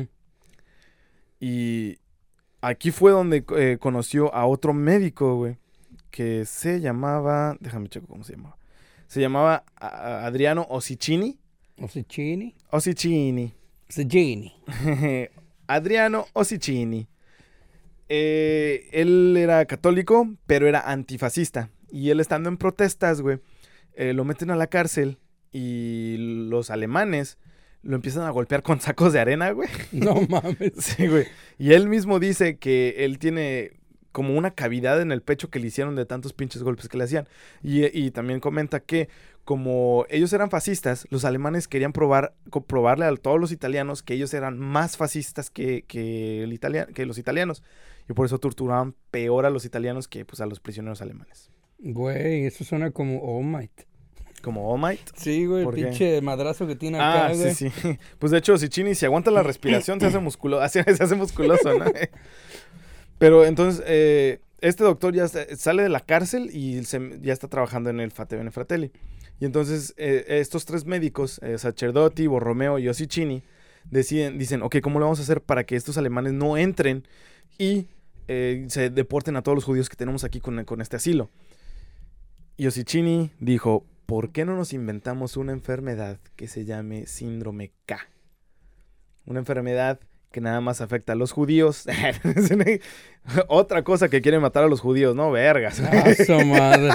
Y aquí fue donde conoció a otro médico, güey, que se llamaba... Déjame checo cómo se llamaba. Se llamaba Adriano Ossicini. Ossicini. Adriano Ossicini. Él era católico, pero era antifascista. Y él, estando en protestas, güey, lo meten a la cárcel y los alemanes lo empiezan a golpear con sacos de arena, güey. No mames. Sí, güey. Y él mismo dice que él tiene como una cavidad en el pecho que le hicieron de tantos pinches golpes que le hacían. Y también comenta que como ellos eran fascistas, los alemanes querían probarle a todos los italianos que ellos eran más fascistas que los italianos. Y por eso torturaban peor a los italianos que pues a los prisioneros alemanes. Güey, eso suena como All Might. ¿Como All Might? Sí, güey, el pinche madrazo que tiene acá, güey. Sí. Pues de hecho, Ossicini, si aguanta la respiración, se hace musculoso, ¿no? Pero entonces, este doctor ya sale de la cárcel y ya está trabajando en el Fate Bene Fratelli. Y entonces, estos tres médicos, Sacerdoti, Borromeo y Ossicini, dicen, ok, ¿cómo lo vamos a hacer para que estos alemanes no entren y se deporten a todos los judíos que tenemos aquí con este asilo? Y Ossicini dijo, ¿por qué no nos inventamos una enfermedad que se llame síndrome K? Una enfermedad que nada más afecta a los judíos. Otra cosa que quiere matar a los judíos, ¿no? Vergas. ¡Su madre!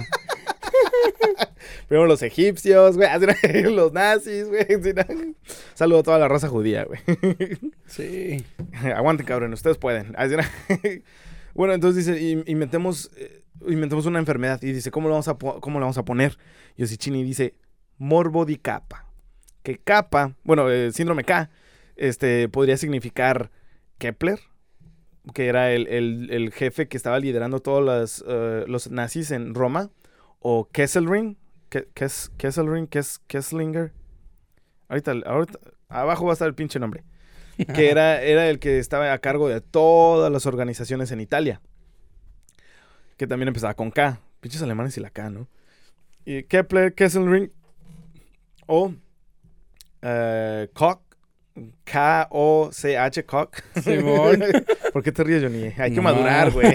Primero los egipcios, güey. Los nazis, güey. Saludo a toda la raza judía, güey. Sí. Aguanten, cabrón. Ustedes pueden. Bueno, entonces dice, inventemos una enfermedad. Y dice, ¿cómo lo vamos a poner? Y Ossicini dice, morbo di kappa. Que kappa, bueno, síndrome K, podría significar Kepler, que era el jefe que estaba liderando todos los nazis en Roma, o Kesselring, Kesslinger. Ahorita abajo va a estar el pinche nombre. Que era el que estaba a cargo de todas las organizaciones en Italia. Que también empezaba con K. Pinches alemanes y la K, ¿no? Y Kepler, Kesselring, o Koch, K-O-C-H, Koch. Simón. ¿Por qué te ríes, Johnny? Hay que madurar, güey.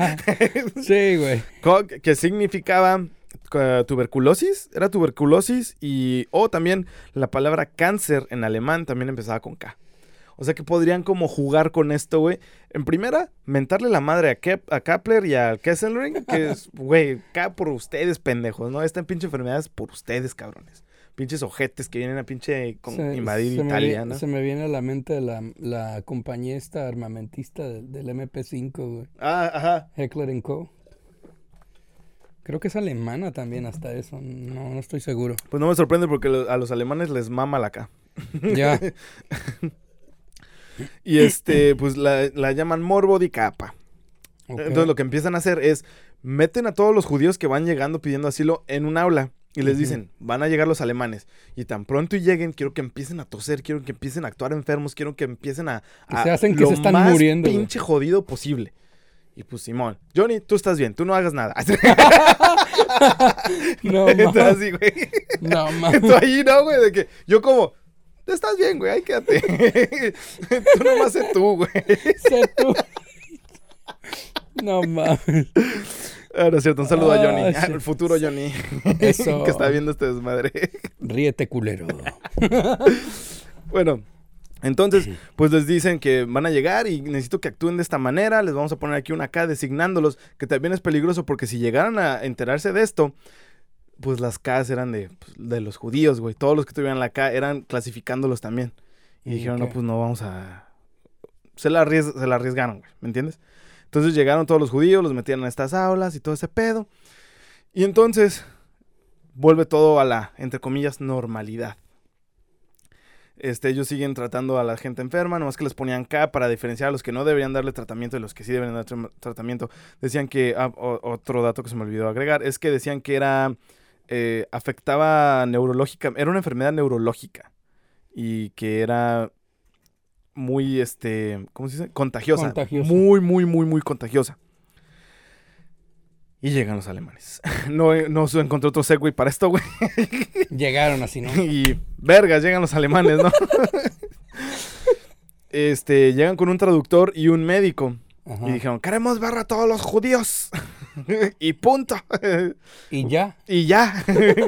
Sí, güey. Koch, que significaba tuberculosis. Era tuberculosis o también la palabra cáncer en alemán también empezaba con K. O sea que podrían como jugar con esto, güey. En primera, mentarle la madre a Kepler y al Kesselring, que es, güey, K por ustedes, pendejos, ¿no? Esta pinche enfermedad es por ustedes, cabrones. Pinches ojetes que vienen a pinche invadir Italia, ¿no? Se me viene a la mente la compañía esta armamentista del MP5, güey. Ajá. Heckler & Co. Creo que es alemana también hasta eso. No estoy seguro. Pues no me sorprende porque a los alemanes les mama la K. Ya. Y pues la llaman morbo di kappa. Okay. Entonces lo que empiezan a hacer es meten a todos los judíos que van llegando pidiendo asilo en un aula y les dicen, van a llegar los alemanes y tan pronto y lleguen, quiero que empiecen a toser, quiero que empiecen a actuar enfermos, quiero que empiecen que se hacen que se están muriendo, pinche jodido posible. Y pues Simón, Johnny, tú estás bien, tú no hagas nada. No mames. Así, güey. No mames. Tú ahí, no, güey, de que yo como, estás bien, güey, ahí quédate. Tú nomás sé tú, güey. Sé tú. No mames. No es cierto, un saludo a Johnny, el futuro Johnny. Eso. Que está viendo este desmadre. Ríete, culero. Bueno, entonces, pues les dicen que van a llegar y necesito que actúen de esta manera. Les vamos a poner aquí una K designándolos, que también es peligroso porque si llegaran a enterarse de esto, pues las Ks eran de los judíos, güey. Todos los que tuvieran la K eran clasificándolos también. Y dijeron, no, pues no vamos a... Se la arriesgaron, güey, ¿me entiendes? Entonces llegaron todos los judíos, los metieron en estas aulas y todo ese pedo. Y entonces vuelve todo a la, entre comillas, normalidad. Ellos siguen tratando a la gente enferma, nomás que les ponían K para diferenciar a los que no deberían darle tratamiento y los que sí deberían dar tratamiento. Decían que, otro dato que se me olvidó agregar, es que decían que era afectaba neurológica, era una enfermedad neurológica y que era muy, ¿cómo se dice? Contagiosa. Muy, muy, muy, muy contagiosa. Y llegan los alemanes. No se encontró otro segue para esto, güey. Llegaron así, ¿no? Y vergas, llegan los alemanes, ¿no? Llegan con un traductor y un médico. Ajá. Y dijeron, queremos ver a todos los judíos. Y punto. Y ya. Y ya.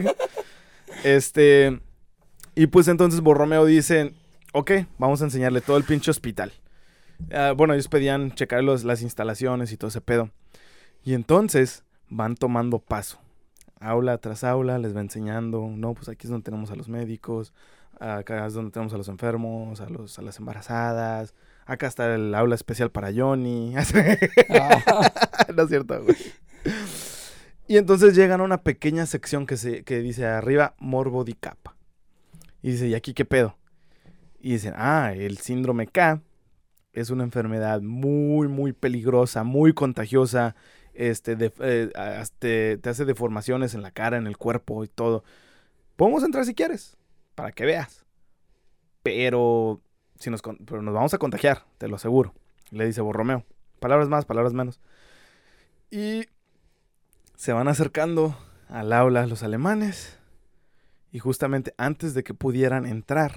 Y pues entonces Borromeo dice, ok, vamos a enseñarle todo el pinche hospital. Bueno, ellos pedían checar las instalaciones y todo ese pedo. Y entonces van tomando paso. Aula tras aula les va enseñando, no, pues aquí es donde tenemos a los médicos, acá es donde tenemos a los enfermos, a las embarazadas, acá está el aula especial para Johnny. No es cierto, güey. Y entonces llegan a una pequeña sección que dice arriba Morbo di Capa. Y dice, ¿y aquí qué pedo? Y dicen, el síndrome K es una enfermedad muy, muy peligrosa, muy contagiosa. Te hace deformaciones en la cara, en el cuerpo y todo. Podemos entrar si quieres, para que veas. Pero nos vamos a contagiar, te lo aseguro. Le dice Borromeo. Palabras más, palabras menos. Y se van acercando al aula los alemanes. Y justamente antes de que pudieran entrar,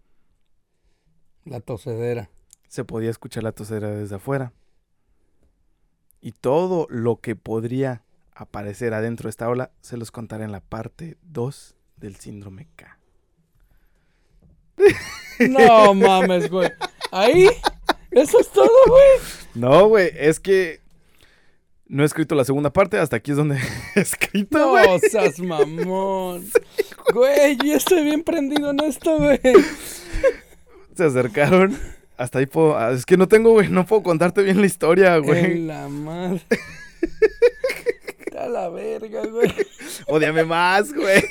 la tosedera. Se podía escuchar la tosedera desde afuera. Y todo lo que podría aparecer adentro de esta aula se los contaré en la parte 2 del síndrome K. No mames, güey. ¿Ahí? ¿Eso es todo, güey? No, güey, es que no he escrito la segunda parte, hasta aquí es donde he escrito, güey. No seas mamón. Sí, güey, yo estoy bien prendido en esto, güey. Se acercaron. Hasta ahí puedo... Es que no puedo contarte bien la historia, güey. En la madre. A la verga, güey. Ódiame más, güey.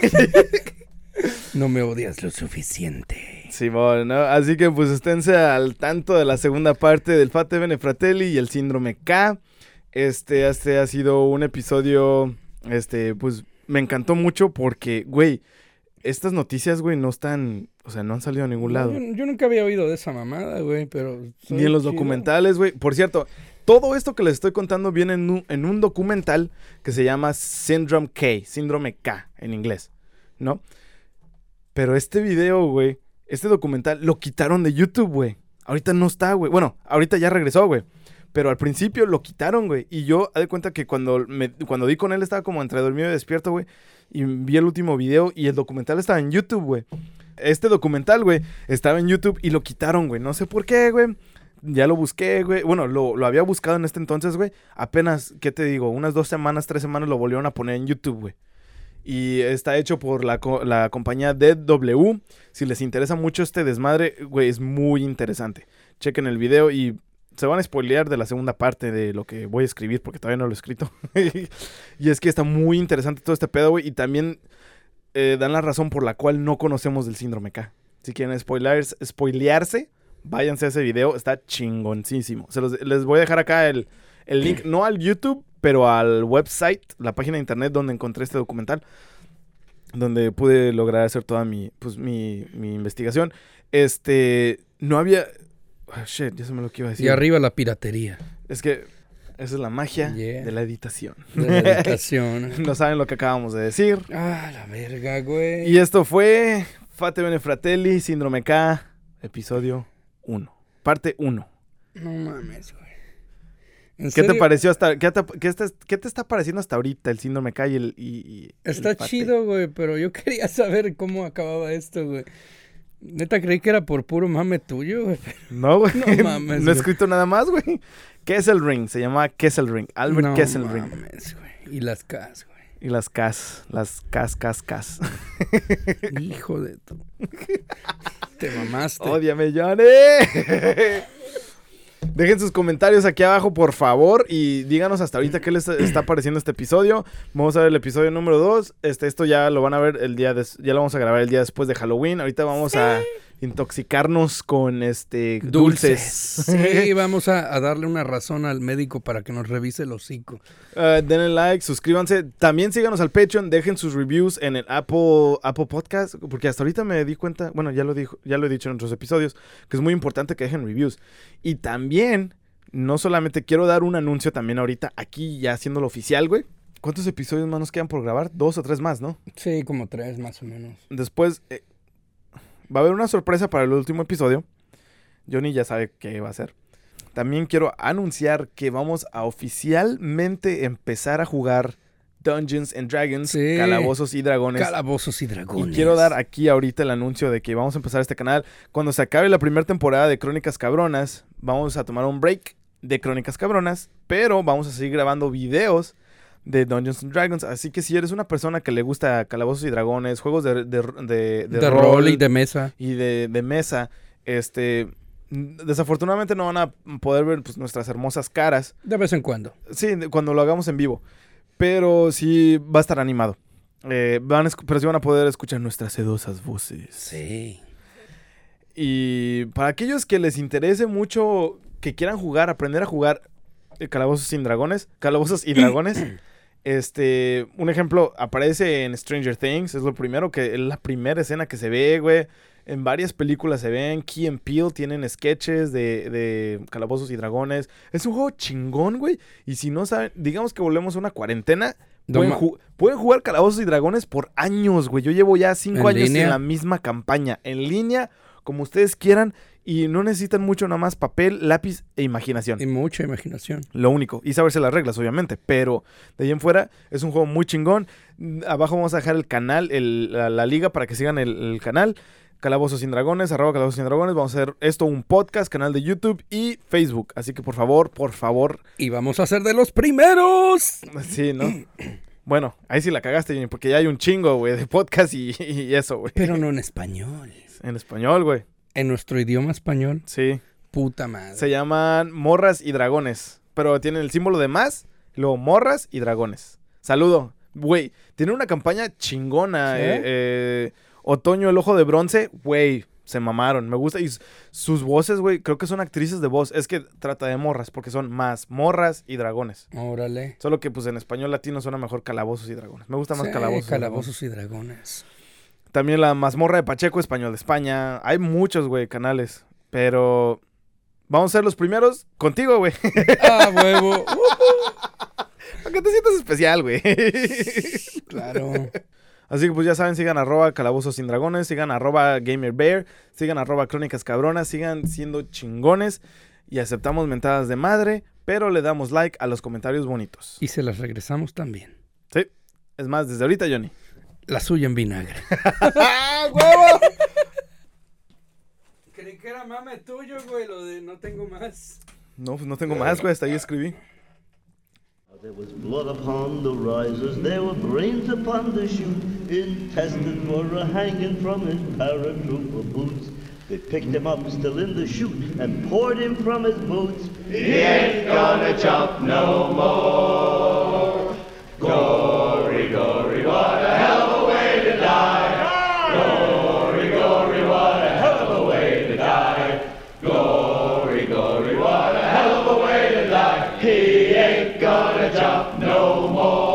No me odias lo suficiente. Simón, ¿no? Así que pues esténse al tanto de la segunda parte del Fate Bene Fratelli y el síndrome K. Este ha sido un episodio, pues me encantó mucho porque, güey, estas noticias, güey, no están... O sea, no han salido a ningún lado. Yo nunca había oído de esa mamada, güey, pero... Ni en los documentales, güey. Por cierto, todo esto que les estoy contando viene en un documental que se llama Syndrome K en inglés, ¿no? Pero este video, güey, este documental lo quitaron de YouTube, güey. Ahorita no está, güey. Bueno, ahorita ya regresó, güey. Pero al principio lo quitaron, güey. Y yo, haz de cuenta que cuando di con él estaba como entre dormido y despierto, güey. Y vi el último video y el documental estaba en YouTube, güey. Este documental, güey, estaba en YouTube y lo quitaron, güey. No sé por qué, güey. Ya lo busqué, güey. Bueno, lo había buscado en este entonces, güey. Apenas, ¿qué te digo? Unas 2 semanas, 3 semanas lo volvieron a poner en YouTube, güey. Y está hecho por la compañía DW. Si les interesa mucho este desmadre, güey, es muy interesante. Chequen el video y se van a spoilear de la segunda parte de lo que voy a escribir porque todavía no lo he escrito. Y es que está muy interesante todo este pedo, güey. Y también... dan la razón por la cual no conocemos del síndrome K. Si quieren spoilearse, váyanse a ese video. Está chingoncísimo. Les voy a dejar acá el link, no al YouTube, pero al website, la página de internet donde encontré este documental, donde pude lograr hacer toda mi investigación. No había... Oh, shit, ya se me lo que iba a decir. Y arriba la piratería. Es que... Esa es la magia de la editación. De la editación. No saben lo que acabamos de decir. La verga, güey. Y esto fue Fate Bene Fratelli, Síndrome K, episodio 1. Parte 1. No mames, güey. ¿Qué te pareció hasta... ¿Qué te está pareciendo hasta ahorita el Síndrome K y está el Fate? Chido, güey, pero yo quería saber cómo acababa esto, güey. Neta, creí que era por puro mame tuyo, güey. No, güey. No mames, no he escrito nada más, güey. Kesselring, se llamaba Kesselring. Albert Kesselring. No mames, güey. Y las Ks, güey. Y las Ks. Las Ks. Hijo de tu... Te mamaste. Ódiame, Johnny. Dejen sus comentarios aquí abajo, por favor, y díganos hasta ahorita qué les está pareciendo este episodio. Vamos a ver el episodio número 2. Esto ya lo van a ver ya lo vamos a grabar el día después de Halloween. Ahorita vamos a intoxicarnos con dulces. Sí, vamos a darle una razón al médico para que nos revise el hocico. Denle like, suscríbanse. También síganos al Patreon, dejen sus reviews en el Apple Podcast, porque hasta ahorita me di cuenta, bueno, ya lo he dicho en otros episodios, que es muy importante que dejen reviews. Y también, no solamente quiero dar un anuncio también ahorita, aquí ya haciéndolo oficial, güey. ¿Cuántos episodios más nos quedan por grabar? 2 o 3 más, ¿no? Sí, como 3 más o menos. Después va a haber una sorpresa para el último episodio. Johnny ya sabe qué va a hacer. También quiero anunciar que vamos a oficialmente empezar a jugar Dungeons and Dragons, sí. Calabozos y Dragones. Calabozos y Dragones. Y quiero dar aquí ahorita el anuncio de que vamos a empezar este canal. Cuando se acabe la primera temporada de Crónicas Cabronas, vamos a tomar un break de Crónicas Cabronas, pero vamos a seguir grabando videos de Dungeons and Dragons. Así que si eres una persona que le gusta Calabozos y Dragones, juegos de rol y de mesa. Y de mesa, desafortunadamente no van a poder ver pues, nuestras hermosas caras. De vez en cuando. Sí, cuando lo hagamos en vivo. Pero sí va a estar animado. Pero sí van a poder escuchar nuestras sedosas voces. Sí. Y para aquellos que les interese mucho, que quieran jugar, aprender a jugar Calabozos y Dragones, un ejemplo aparece en Stranger Things, es lo primero es la primera escena que se ve, güey. En varias películas se ven. Key and Peele tienen sketches de Calabozos y Dragones. Es un juego chingón, güey. Y si no saben, digamos que volvemos a una cuarentena, pueden jugar Calabozos y Dragones por años, güey. Yo llevo ya 5 años en la misma campaña. En línea, como ustedes quieran. Y no necesitan mucho, nada más papel, lápiz e imaginación. Y mucha imaginación. Lo único. Y saberse las reglas, obviamente. Pero de ahí en fuera es un juego muy chingón. Abajo vamos a dejar el canal, la liga para que sigan el canal. Calabozos sin Dragones, @ Calabozos sin Dragones. Vamos a hacer esto un podcast, canal de YouTube y Facebook. Así que por favor. Y vamos a ser de los primeros. Sí, ¿no? Bueno, ahí sí la cagaste, Johnny, porque ya hay un chingo, güey, de podcast y eso, güey. Pero no en español. En español, güey. En nuestro idioma español. Sí. Puta madre. Se llaman Morras y Dragones. Pero tienen el símbolo de más, luego Morras y Dragones. Saludo. Güey, tiene una campaña chingona. ¿Sí? Otoño, el ojo de bronce. Güey, se mamaron. Me gusta. Y sus voces, güey, creo que son actrices de voz. Es que trata de morras, porque son más morras y dragones. Órale. Solo que, pues, en español latino suena mejor Calabozos y Dragones. Me gusta más Sí, Calabozos y Dragones. También la mazmorra de Pacheco, Español de España. Hay muchos, güey, canales. Pero vamos a ser los primeros contigo, güey. ¡Ah, huevo! Para que te sientas especial, güey. Claro. Así que pues ya saben, sigan @ Calabozos sin Dragones, sigan @ GamerBear, sigan @ Crónicas Cabronas, sigan siendo chingones y aceptamos mentadas de madre, pero le damos like a los comentarios bonitos. Y se las regresamos también. Sí. Es más, desde ahorita, Johnny. La suya en vinagre. ¡Huevo! Creí que era mame tuyo, güey, lo de no tengo más. No, pues no tengo más, güey, hasta ahí escribí. There was blood upon the risers, there were brains upon the chute, intestines were hanging from his paratrooper boots. They picked him up still in the chute and poured him from his boots. He ain't gonna jump no more. Gory, gory, what a hell of a way to die. Gory, gory, what a hell of a way to die. Gory, gory, what a hell of a way to die. He ain't gonna jump no more.